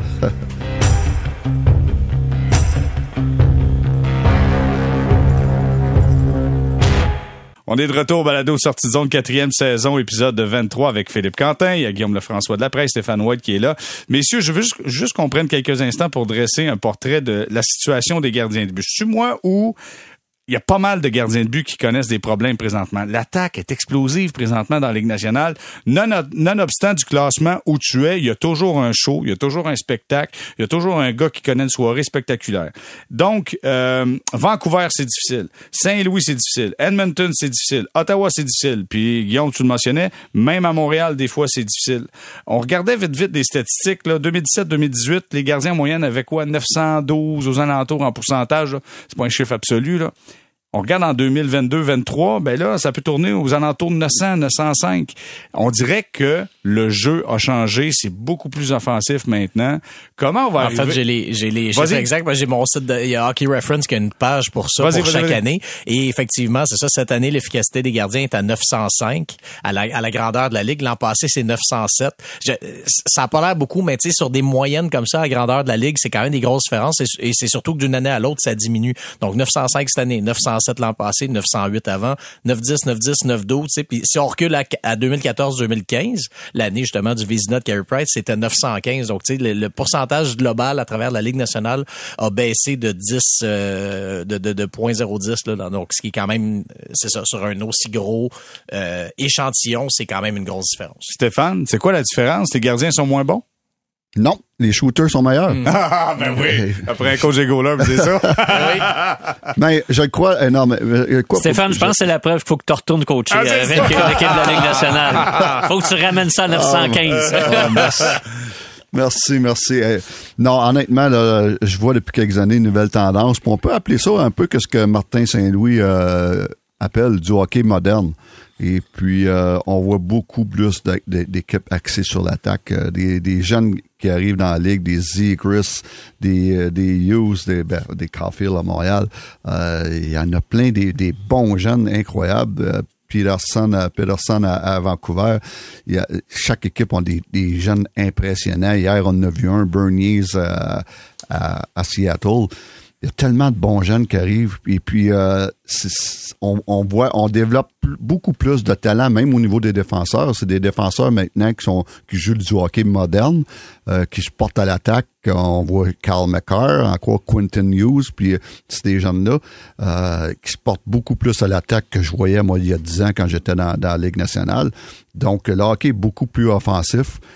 On est de retour au balado sortie de zone, quatrième saison, épisode de vingt-trois avec Philippe Quentin. Il y a Guillaume Lefrançois de la presse, Stéphane White qui est là. Messieurs, je veux juste, juste qu'on prenne quelques instants pour dresser un portrait de la situation des gardiens de but. C'est moi où il y a pas mal de gardiens de but qui connaissent des problèmes présentement. L'attaque est explosive présentement dans la Ligue nationale. Non, nonobstant du classement où tu es, il y a toujours un show, il y a toujours un spectacle, il y a toujours un gars qui connaît une soirée spectaculaire. Donc, euh, Vancouver, c'est difficile. Saint-Louis, c'est difficile. Edmonton, c'est difficile. Ottawa, c'est difficile. Puis, Guillaume, tu le mentionnais, même à Montréal, des fois, c'est difficile. On regardait vite, vite des statistiques, là, deux mille dix-sept deux mille dix-huit, les gardiens en moyenne avaient quoi? neuf cent douze aux alentours en pourcentage, là. C'est pas un chiffre absolu, là. On regarde en deux mille vingt-deux vingt-trois, ben là, ça peut tourner aux alentours de neuf cents, neuf cent cinq. On dirait que le jeu a changé, c'est beaucoup plus offensif maintenant. Comment on va en arriver? En fait, j'ai les, j'ai les chiffres exacts. Moi, j'ai mon site de, il y a Hockey Reference qui a une page pour ça, vas-y, pour vas-y, chaque vas-y. année. Et effectivement, c'est ça, cette année, l'efficacité des gardiens est à neuf cent cinq à la, à la grandeur de la Ligue. L'an passé, c'est neuf cent sept. Je, ça a pas l'air beaucoup, mais tu sais, sur des moyennes comme ça, à la grandeur de la Ligue, c'est quand même des grosses différences. Et, et c'est surtout que d'une année à l'autre, ça diminue. Donc, neuf cent cinq cette année, neuf cent sept l'an passé, neuf cent huit avant, neuf cent dix, neuf cent dix, neuf cent douze, tu sais. Puis si on recule à, à deux mille quatorze deux mille quinze, l'année justement du Vézina de Carey Price, c'était neuf cent quinze. Donc, tu sais, le, le pourcentage global à travers la Ligue nationale a baissé de dix, euh, de, de, de zéro virgule zéro dix, là. Donc, ce qui est quand même, c'est ça, sur un aussi gros euh, échantillon, c'est quand même une grosse différence. Stéphane, c'est quoi la différence? Les gardiens sont moins bons? Non, les shooters sont meilleurs. Mm. Ah, ben oui. Après un coach et goaler, c'est ça. Oui. Mais je crois, euh, non, mais euh, quoi, Stéphane, faut, je pense que c'est la preuve qu'il faut que tu retournes coacher ah, avec l'équipe de la Ligue nationale. Faut que tu ramènes ça à neuf cent quinze. Ah, merci. Merci, merci. Hey, non, honnêtement, là, je vois depuis quelques années une nouvelle tendance. Puis on peut appeler ça un peu que ce que Martin Saint-Louis euh, appelle du hockey moderne. Et puis, euh, on voit beaucoup plus d'équipes axées sur l'attaque. Euh, des, des jeunes qui arrivent dans la Ligue, des Zegras, des, des Hughes, des, ben, des Caulfield à Montréal. Euh, il y en a plein des, des bons jeunes incroyables. Euh, Peterson, à, Peterson à, à Vancouver. Il y a, chaque équipe a des, des jeunes impressionnants. Hier, on en a vu un, Bernier à, à, à Seattle. Il y a tellement de bons jeunes qui arrivent et puis euh, c'est, on, on voit, on développe beaucoup plus de talent, même au niveau des défenseurs. C'est des défenseurs maintenant qui sont qui jouent du hockey moderne, euh, qui se portent à l'attaque. On voit Carl McCarr, encore Quentin Hughes, puis c'est des jeunes-là euh, qui se portent beaucoup plus à l'attaque que je voyais moi il y a dix ans quand j'étais dans, dans la Ligue nationale. Donc le hockey est beaucoup plus offensif.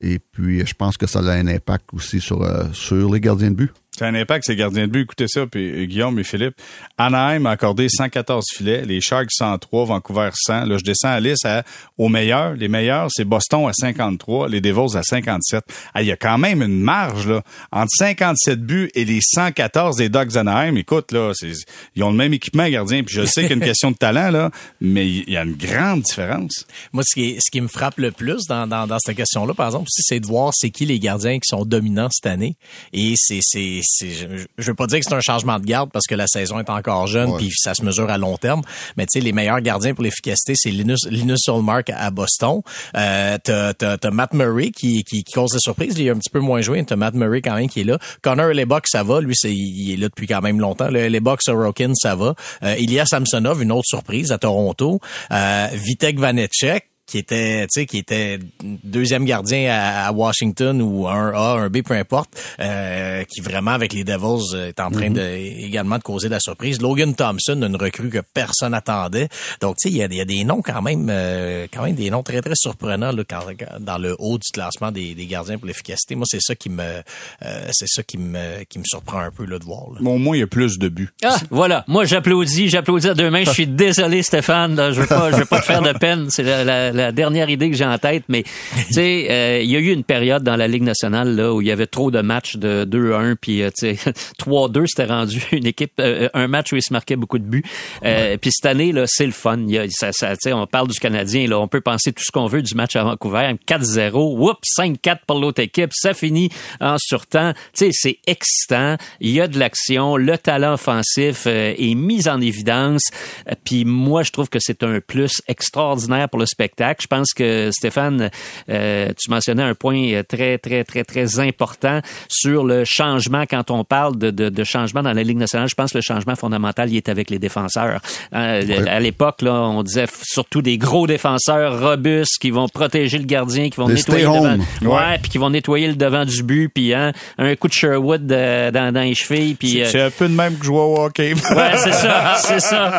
et puis, je pense que ça a un impact aussi sur, euh, sur les gardiens de but. C'est un impact, ces gardiens de but. Écoutez ça, puis euh, Guillaume et Philippe. Anaheim a accordé cent quatorze filets, les Sharks cent trois, Vancouver cent. Là, je descends la liste à, aux meilleurs. Les meilleurs, c'est Boston à cinquante-trois, les Devils à cinquante-sept. Ah, il y a quand même une marge là entre cinquante-sept buts et les cent quatorze des Ducks d'Anaheim. Écoute, là, c'est, ils ont le même équipement, gardien. Puis je sais qu'il y a une question de talent, là, mais il y a une grande différence. Moi, ce qui, ce qui me frappe le plus dans, dans, dans cette question-là, par exemple, aussi, c'est de voir c'est qui les gardiens qui sont dominants cette année. Et c'est, c'est, c'est je, je veux pas dire que c'est un changement de garde parce que la saison est encore jeune ouais. Puis ça se mesure à long terme. Mais tu sais, les meilleurs gardiens pour l'efficacité, c'est Linus, Linus Ullmark à Boston. Euh, t'as, t'as, t'as Matt Murray qui, qui, qui cause des surprises. Il est un petit peu moins joué. T'as Matt Murray quand même qui est là. Connor Hellebuyck, ça va. Lui, c'est, il est là depuis quand même longtemps. Le Hellebuyck, Sorokin, ça va. Euh, Ilya Samsonov, une autre surprise à Toronto. Euh, Vitek Vanecek, qui était, tu sais, qui était deuxième gardien à, à Washington ou un A, un B, peu importe, euh, qui vraiment avec les Devils est en train mm-hmm. de également de causer de la surprise. Logan Thompson, une recrue que personne n'attendait. Donc, tu sais, il y a, y a des noms quand même, euh, quand même des noms très très surprenants là, quand, dans le haut du classement des, des gardiens pour l'efficacité. Moi, c'est ça qui me, euh, c'est ça qui me, qui me surprend un peu là de voir. Là. Bon, au moins, il y a plus de buts. Ah, voilà. Moi, j'applaudis, j'applaudis à deux mains. Je suis désolé, Stéphane. Là, je veux pas, je veux pas te faire de peine. C'est la, la la dernière idée que j'ai en tête, mais tu sais, euh, il y a eu une période dans la Ligue nationale là où il y avait trop de matchs de deux à un, puis euh, tu sais, trois deux, c'était rendu une équipe, euh, un match où il se marquait beaucoup de buts. Euh, ouais. Puis cette année là, c'est le fun. Il y a, ça, ça, tu sais, on parle du Canadien là, on peut penser tout ce qu'on veut du match à Vancouver, quatre zéro, oups, cinq quatre pour l'autre équipe, ça finit en surtemps. Tu sais, c'est excitant. Il y a de l'action, le talent offensif euh, est mis en évidence. Euh, puis moi, je trouve que c'est un plus extraordinaire pour le spectacle. Je pense que, Stéphane, euh, tu mentionnais un point très, très, très, très important sur le changement quand on parle de, de, de changement dans la Ligue nationale. Je pense que le changement fondamental, il est avec les défenseurs. Euh, ouais. À l'époque, là, on disait surtout des gros défenseurs robustes qui vont protéger le gardien, qui vont les nettoyer le devant. Ouais. ouais, puis qui vont nettoyer le devant du but, puis hein, un coup de Sherwood euh, dans, dans les chevilles. Puis, c'est, euh, c'est un peu de même que je vois au hockey. Ouais, c'est ça, c'est ça.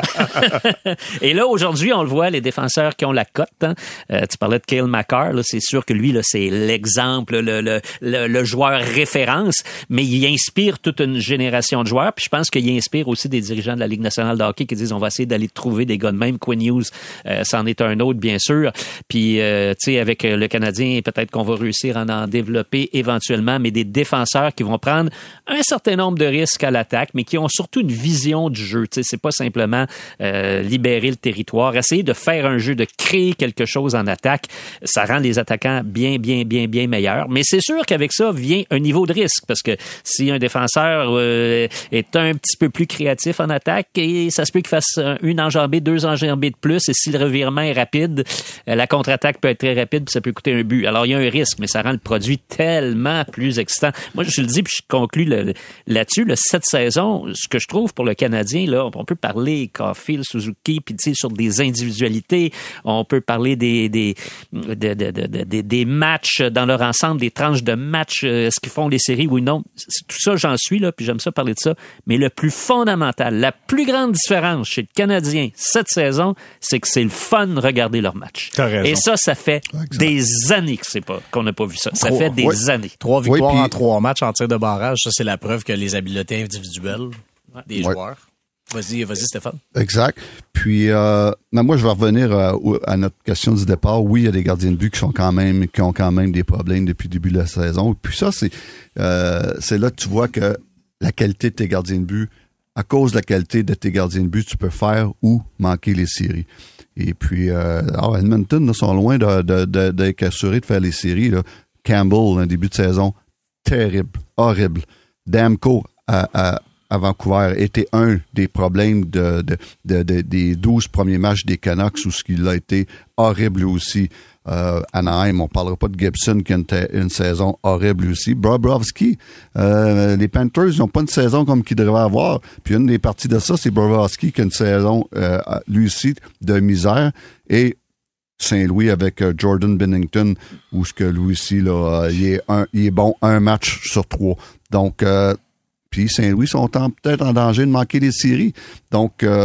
Et là, aujourd'hui, on le voit, les défenseurs qui ont la cote. Hein. Euh, tu parlais de Cale Makar, là, c'est sûr que lui, là, c'est l'exemple, le, le, le, le joueur référence, mais il inspire toute une génération de joueurs. Puis je pense qu'il inspire aussi des dirigeants de la Ligue nationale de hockey qui disent on va essayer d'aller trouver des gars de même. Quinn Hughes, euh, c'en est un autre, bien sûr. Puis, euh, tu sais, avec le Canadien, peut-être qu'on va réussir à en développer éventuellement, mais des défenseurs qui vont prendre un certain nombre de risques à l'attaque, mais qui ont surtout une vision du jeu. Tu sais, c'est pas simplement euh, libérer le territoire, essayer de faire un jeu, de créer quelque chose en attaque. Ça rend les attaquants bien, bien, bien, bien meilleurs. Mais c'est sûr qu'avec ça vient un niveau de risque, parce que si un défenseur euh, est un petit peu plus créatif en attaque, et ça se peut qu'il fasse une enjambée, deux enjambées de plus, et si le revirement est rapide, la contre-attaque peut être très rapide, puis ça peut coûter un but. Alors, il y a un risque, mais ça rend le produit tellement plus excitant. Moi, je le dis, puis je conclue le, là-dessus, le, cette saison, ce que je trouve pour le Canadien, là, on peut parler Caulfield, Suzuki, puis tu sais, sur des individualités, on peut parler des, des, de, de, de, de, de, des matchs dans leur ensemble, des tranches de matchs, euh, est-ce qu'ils font les séries ou non. Tout ça, j'en suis, là, puis j'aime ça parler de ça. Mais le plus fondamental, la plus grande différence chez le Canadien cette saison, c'est que c'est le fun de regarder leurs matchs. T'as raison. Et ça, ça fait exact. des années que c'est pas, qu'on n'a pas vu ça. Ça trois, fait des ouais. années. Trois victoires ouais, puis... en trois matchs en tir de barrage, ça, c'est la preuve que les habiletés individuelles ouais. des ouais. joueurs. Vas-y, vas-y, Stéphane. Exact. Puis, euh, mais moi, je vais revenir à, à notre question du départ. Oui, il y a des gardiens de but qui sont quand même, qui ont quand même des problèmes depuis le début de la saison. Puis ça, c'est, euh, c'est là que tu vois que la qualité de tes gardiens de but, à cause de la qualité de tes gardiens de but, tu peux faire ou manquer les séries. Et puis, euh, alors Edmonton, là, sont loin de, de, de, d'être assurés de faire les séries, là. Campbell, un début de saison terrible, horrible. Damco, à, à à Vancouver était un des problèmes de, de, de, de, des douze premiers matchs des Canucks où ce qu'il a été horrible aussi. Euh, Anaheim, on parlera pas de Gibson qui a une, une saison horrible aussi. Bobrovsky, euh, les Panthers n'ont pas une saison comme qu'ils devraient avoir. Puis une des parties de ça, c'est Bobrovsky qui a une saison euh, lui aussi de misère. Et Saint-Louis avec euh, Jordan Binnington, où ce que lui aussi, là, euh, il, est un, il est bon un match sur trois. Donc, euh, puis Saint-Louis sont en, peut-être en danger de manquer les séries. Donc, euh,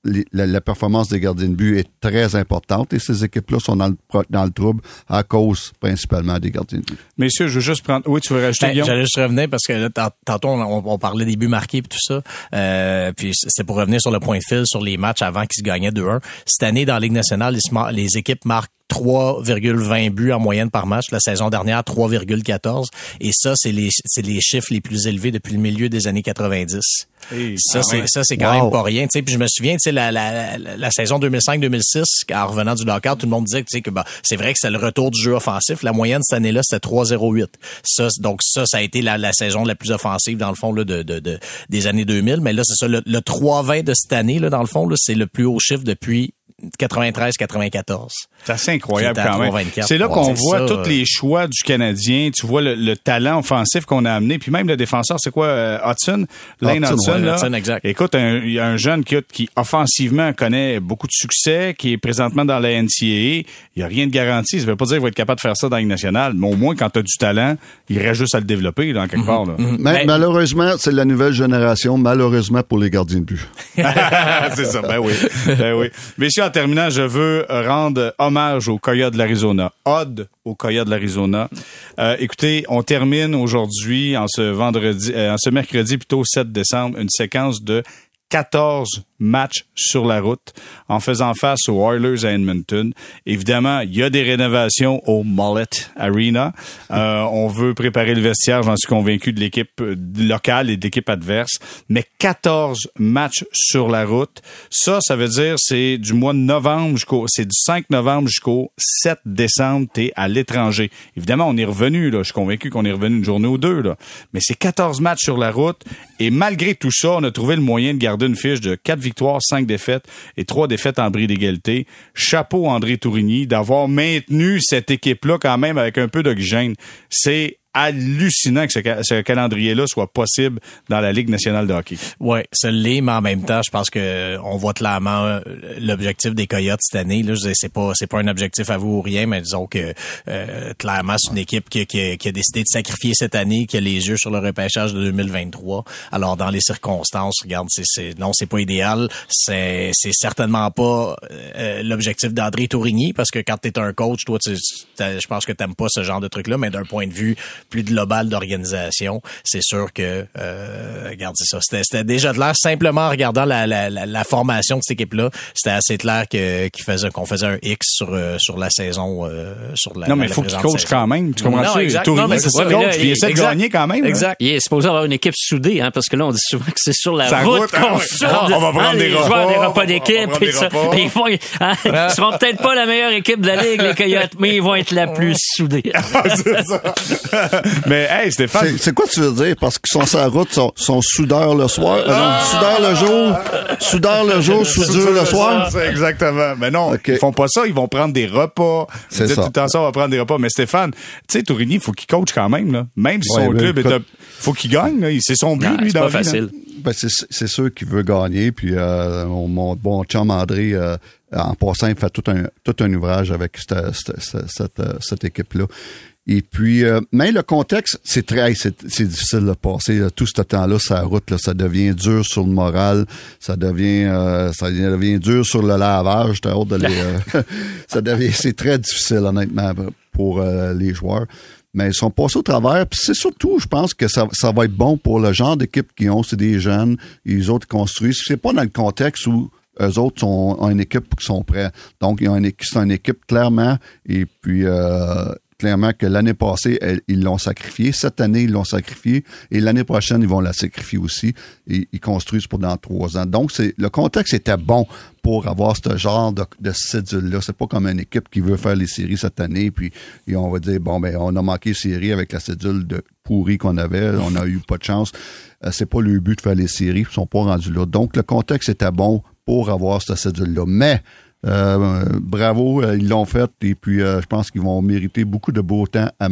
les, la, la performance des gardiens de but est très importante et ces équipes-là sont dans le, dans le trouble à cause principalement des gardiens de but. Messieurs, je veux juste prendre... Oui, tu veux rajouter, ben, Guillaume? J'allais juste revenir parce que là, tantôt, on, on parlait des buts marqués et tout ça. Euh, puis c'est pour revenir sur le point de fil, sur les matchs avant qu'ils se gagnaient deux un. Cette année, dans la Ligue nationale, les, les équipes marquent trois virgule vingt buts en moyenne par match. La saison dernière, trois virgule quatorze. Et ça, c'est les, c'est les chiffres les plus élevés depuis le milieu des années quatre-vingt-dix. Hey, ça, ah c'est, ouais. ça, c'est quand wow. même pas rien. T'sais, puis je me souviens, tu sais, la, la, la, la saison deux mille cinq deux mille six, en revenant du lockout, tout le monde disait que, que bah, c'est vrai que c'est le retour du jeu offensif. La moyenne cette année-là, c'était trois virgule zéro huit. Ça, donc ça, ça a été la, la saison la plus offensive, dans le fond, là, de, de, de, des années deux mille. Mais là, c'est ça, le, le trois vingt de cette année, là, dans le fond, là, c'est le plus haut chiffre depuis quatre-vingt-treize quatre-vingt-quatorze. C'est assez incroyable quand même. vingt-quatre. C'est là qu'on Ouais, voit ça, tous les choix du Canadien. Tu vois le, le talent offensif qu'on a amené. Puis même le défenseur, c'est quoi, euh, Hudson? Lane Hudson, Hudson, ouais, là. Hudson, exact. Écoute, il y a un jeune qui, qui offensivement connaît beaucoup de succès, qui est présentement dans la N C A A. Il n'y a rien de garanti. Ça veut pas dire qu'il va être capable de faire ça dans la Ligue nationale. Mais au moins, quand tu as du talent, il reste juste à le développer, dans quelque Mm-hmm. part, là. Mm-hmm. Mais, Ben, malheureusement, c'est la nouvelle génération, malheureusement pour les gardiens de but. C'est ça, ben oui. Ben oui. Messieurs, en terminant, je veux rendre hommage aux Coyotes de l'Arizona. Ode aux Coyotes de l'Arizona. Euh, écoutez, on termine aujourd'hui, en ce vendredi, euh, en ce mercredi, plutôt sept décembre, une séquence de quatorze matchs sur la route en faisant face aux Oilers à Edmonton. Évidemment, il y a des rénovations au Mullet Arena. Euh, on veut préparer le vestiaire, j'en suis convaincu, de l'équipe locale et de l'équipe adverse. Mais quatorze matchs sur la route, ça, ça veut dire c'est du mois de novembre jusqu'au... C'est du cinq novembre jusqu'au sept décembre, t'es à l'étranger. Évidemment, on est revenu, là. Je suis convaincu qu'on est revenu une journée ou deux, là. Mais c'est quatorze matchs sur la route. Et malgré tout ça, on a trouvé le moyen de garder une fiche de quatre victoires, cinq défaites et trois défaites en bris d'égalité. Chapeau André Tourigny d'avoir maintenu cette équipe-là quand même avec un peu d'oxygène. C'est hallucinant que ce, ce calendrier-là soit possible dans la Ligue nationale de hockey. Ouais, ça l'est, mais en même temps, je pense que on voit clairement l'objectif des Coyotes cette année. Là, je dis, c'est pas, c'est pas un objectif à vous ou rien, mais disons que euh, clairement, c'est une équipe qui, qui, qui a décidé de sacrifier cette année, qui a les yeux sur le repêchage de deux mille vingt-trois. Alors, dans les circonstances, regarde, c'est, c'est non, c'est pas idéal. C'est, c'est certainement pas euh, l'objectif d'André Tourigny, parce que quand t'es un coach, toi, tu, je pense que t'aimes pas ce genre de truc-là, mais d'un point de vue plus global d'organisation, c'est sûr que euh, regarde, c'est ça. C'était, c'était déjà de l'air simplement en regardant la, la, la, la formation de cette équipe-là, c'était assez clair que qu'il faisait qu'on faisait un X sur euh, sur la saison euh, sur la. Non, mais il faut qu'il coach quand même. Tu comprends non, ça? exact. Tourigny, Non, mais c'est c'est ça, ça, coach, mais là, puis il essaie de exact. gagner quand même. Exact. Il est supposé avoir une équipe soudée, hein, parce que là, on dit souvent que c'est sur la Ça route route, qu'on hein, ouais. soude. On va prendre Hein, des les repas, joueurs des on repas va d'équipe. prendre et des ça. repas. Mais ils, vont, hein, ils seront peut-être pas la meilleure équipe de la Ligue, les Coyotes, mais ils vont être la plus soudée. C'est ça. Mais, hey, Stéphane. C'est, c'est quoi tu veux dire? Parce qu'ils sont sur la route, sont, sont soudeurs le soir? Euh, non, soudeurs le jour, soudeurs le jour, soudure le soir? C'est exactement. Mais non, Okay. ils font pas ça. Ils vont prendre des repas. C'est Ils disaient ça. tout le temps ça, on va prendre des repas. Mais Stéphane, tu sais, Tourigny, il faut qu'il coach quand même, là. Même si Ouais, son mais club est écoute- un... faut qu'il gagne, là. C'est son but, Non, lui, c'est dans pas la vie, là. facile. Ben, c'est, c'est sûr qu'il veut gagner. Puis euh, mon, mon bon chum André, euh, en passant, il fait tout un, tout un ouvrage avec cette, cette, cette, cette, cette équipe-là. Et puis, euh, mais le contexte, c'est très, c'est, c'est difficile de passer là, tout ce temps-là sur la route. Là, ça devient dur sur le moral, ça devient, euh, ça devient dur sur le lavage. T'as hâte de les, euh, ça devient, c'est très difficile honnêtement pour euh, les joueurs. Mais ils sont passés au travers. Puis c'est surtout, je pense que ça, ça va être bon pour le genre d'équipe qu'ils ont. C'est des jeunes, et les autres construisent. C'est pas dans le contexte où eux autres sont, ont une équipe qui sont prêts. Donc, ils ont une, c'est une équipe clairement. Et puis, euh, clairement que l'année passée, elle, ils l'ont sacrifié. Cette année, ils l'ont sacrifié. Et l'année prochaine, ils vont la sacrifier aussi. Et ils construisent pour dans trois ans. Donc, c'est, le contexte était bon pour avoir ce genre de, de cédule-là. C'est pas comme une équipe qui veut faire les séries cette année, puis et on va dire, bon, ben, on a manqué les séries avec la cédule de pourrie qu'on avait, on a eu pas de chance. Euh, c'est pas le but de faire les séries, ils sont pas rendus là. Donc, le contexte était bon pour avoir cette cédule-là. Mais, euh, bravo, euh, ils l'ont fait, et puis euh, je pense qu'ils vont mériter beaucoup de beau temps à maison.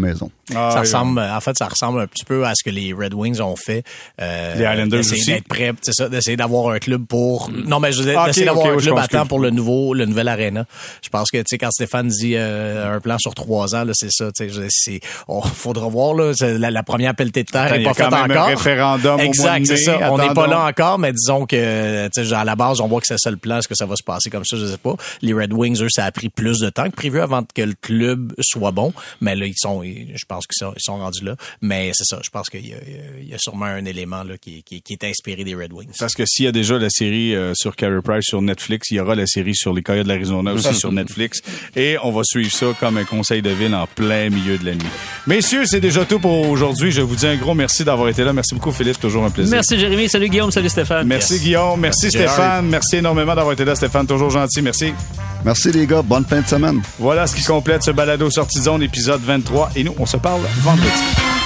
Ah, ça oui, ressemble, oui. En fait, ça ressemble un petit peu à ce que les Red Wings ont fait. Euh, les Islanders d'essayer aussi. d'être prêts, c'est ça, d'essayer d'avoir un club pour. Mm. Non, mais je veux dire, ah, d'essayer okay, d'avoir okay, un club oui, à temps que... pour le nouveau, le nouvel aréna. Je pense que, tu sais, quand Stéphane dit euh, un plan sur trois ans, là, c'est ça. Tu sais, c'est, on faudra voir là. La, la première pelletée de terre n'est pas faite encore. Un référendum exact, au mois de mai, c'est ça. attendons. On n'est pas là encore, mais disons que, tu sais, à la base, on voit que c'est ça le plan. Est-ce que ça va se passer comme ça, je sais pas. Les Red Wings, eux, ça a pris plus de temps que prévu avant que le club soit bon. Mais là, ils sont, je pense qu'ils sont, ils sont rendus là. Mais c'est ça. Je pense qu'il y a, il y a sûrement un élément là qui, qui, qui est inspiré des Red Wings. Parce que s'il y a déjà la série euh, sur Carey Price sur Netflix, il y aura la série sur les Coyotes de l'Arizona aussi sur Netflix. Et on va suivre ça comme un conseil de ville en plein milieu de la nuit. Messieurs, c'est déjà tout pour aujourd'hui. Je vous dis un gros merci d'avoir été là. Merci beaucoup, Philippe. Toujours un plaisir. Merci, Jérémy. Salut, Guillaume. Salut, Stéphane. Merci, yes. Guillaume. Merci, merci Stéphane. Jerry. Merci énormément d'avoir été là, Stéphane. Toujours gentil. Merci. Merci, les gars. Bonne fin de semaine. Voilà ce qui complète ce balado Sortie de zone, épisode vingt-trois. Et nous, on se parle vendredi.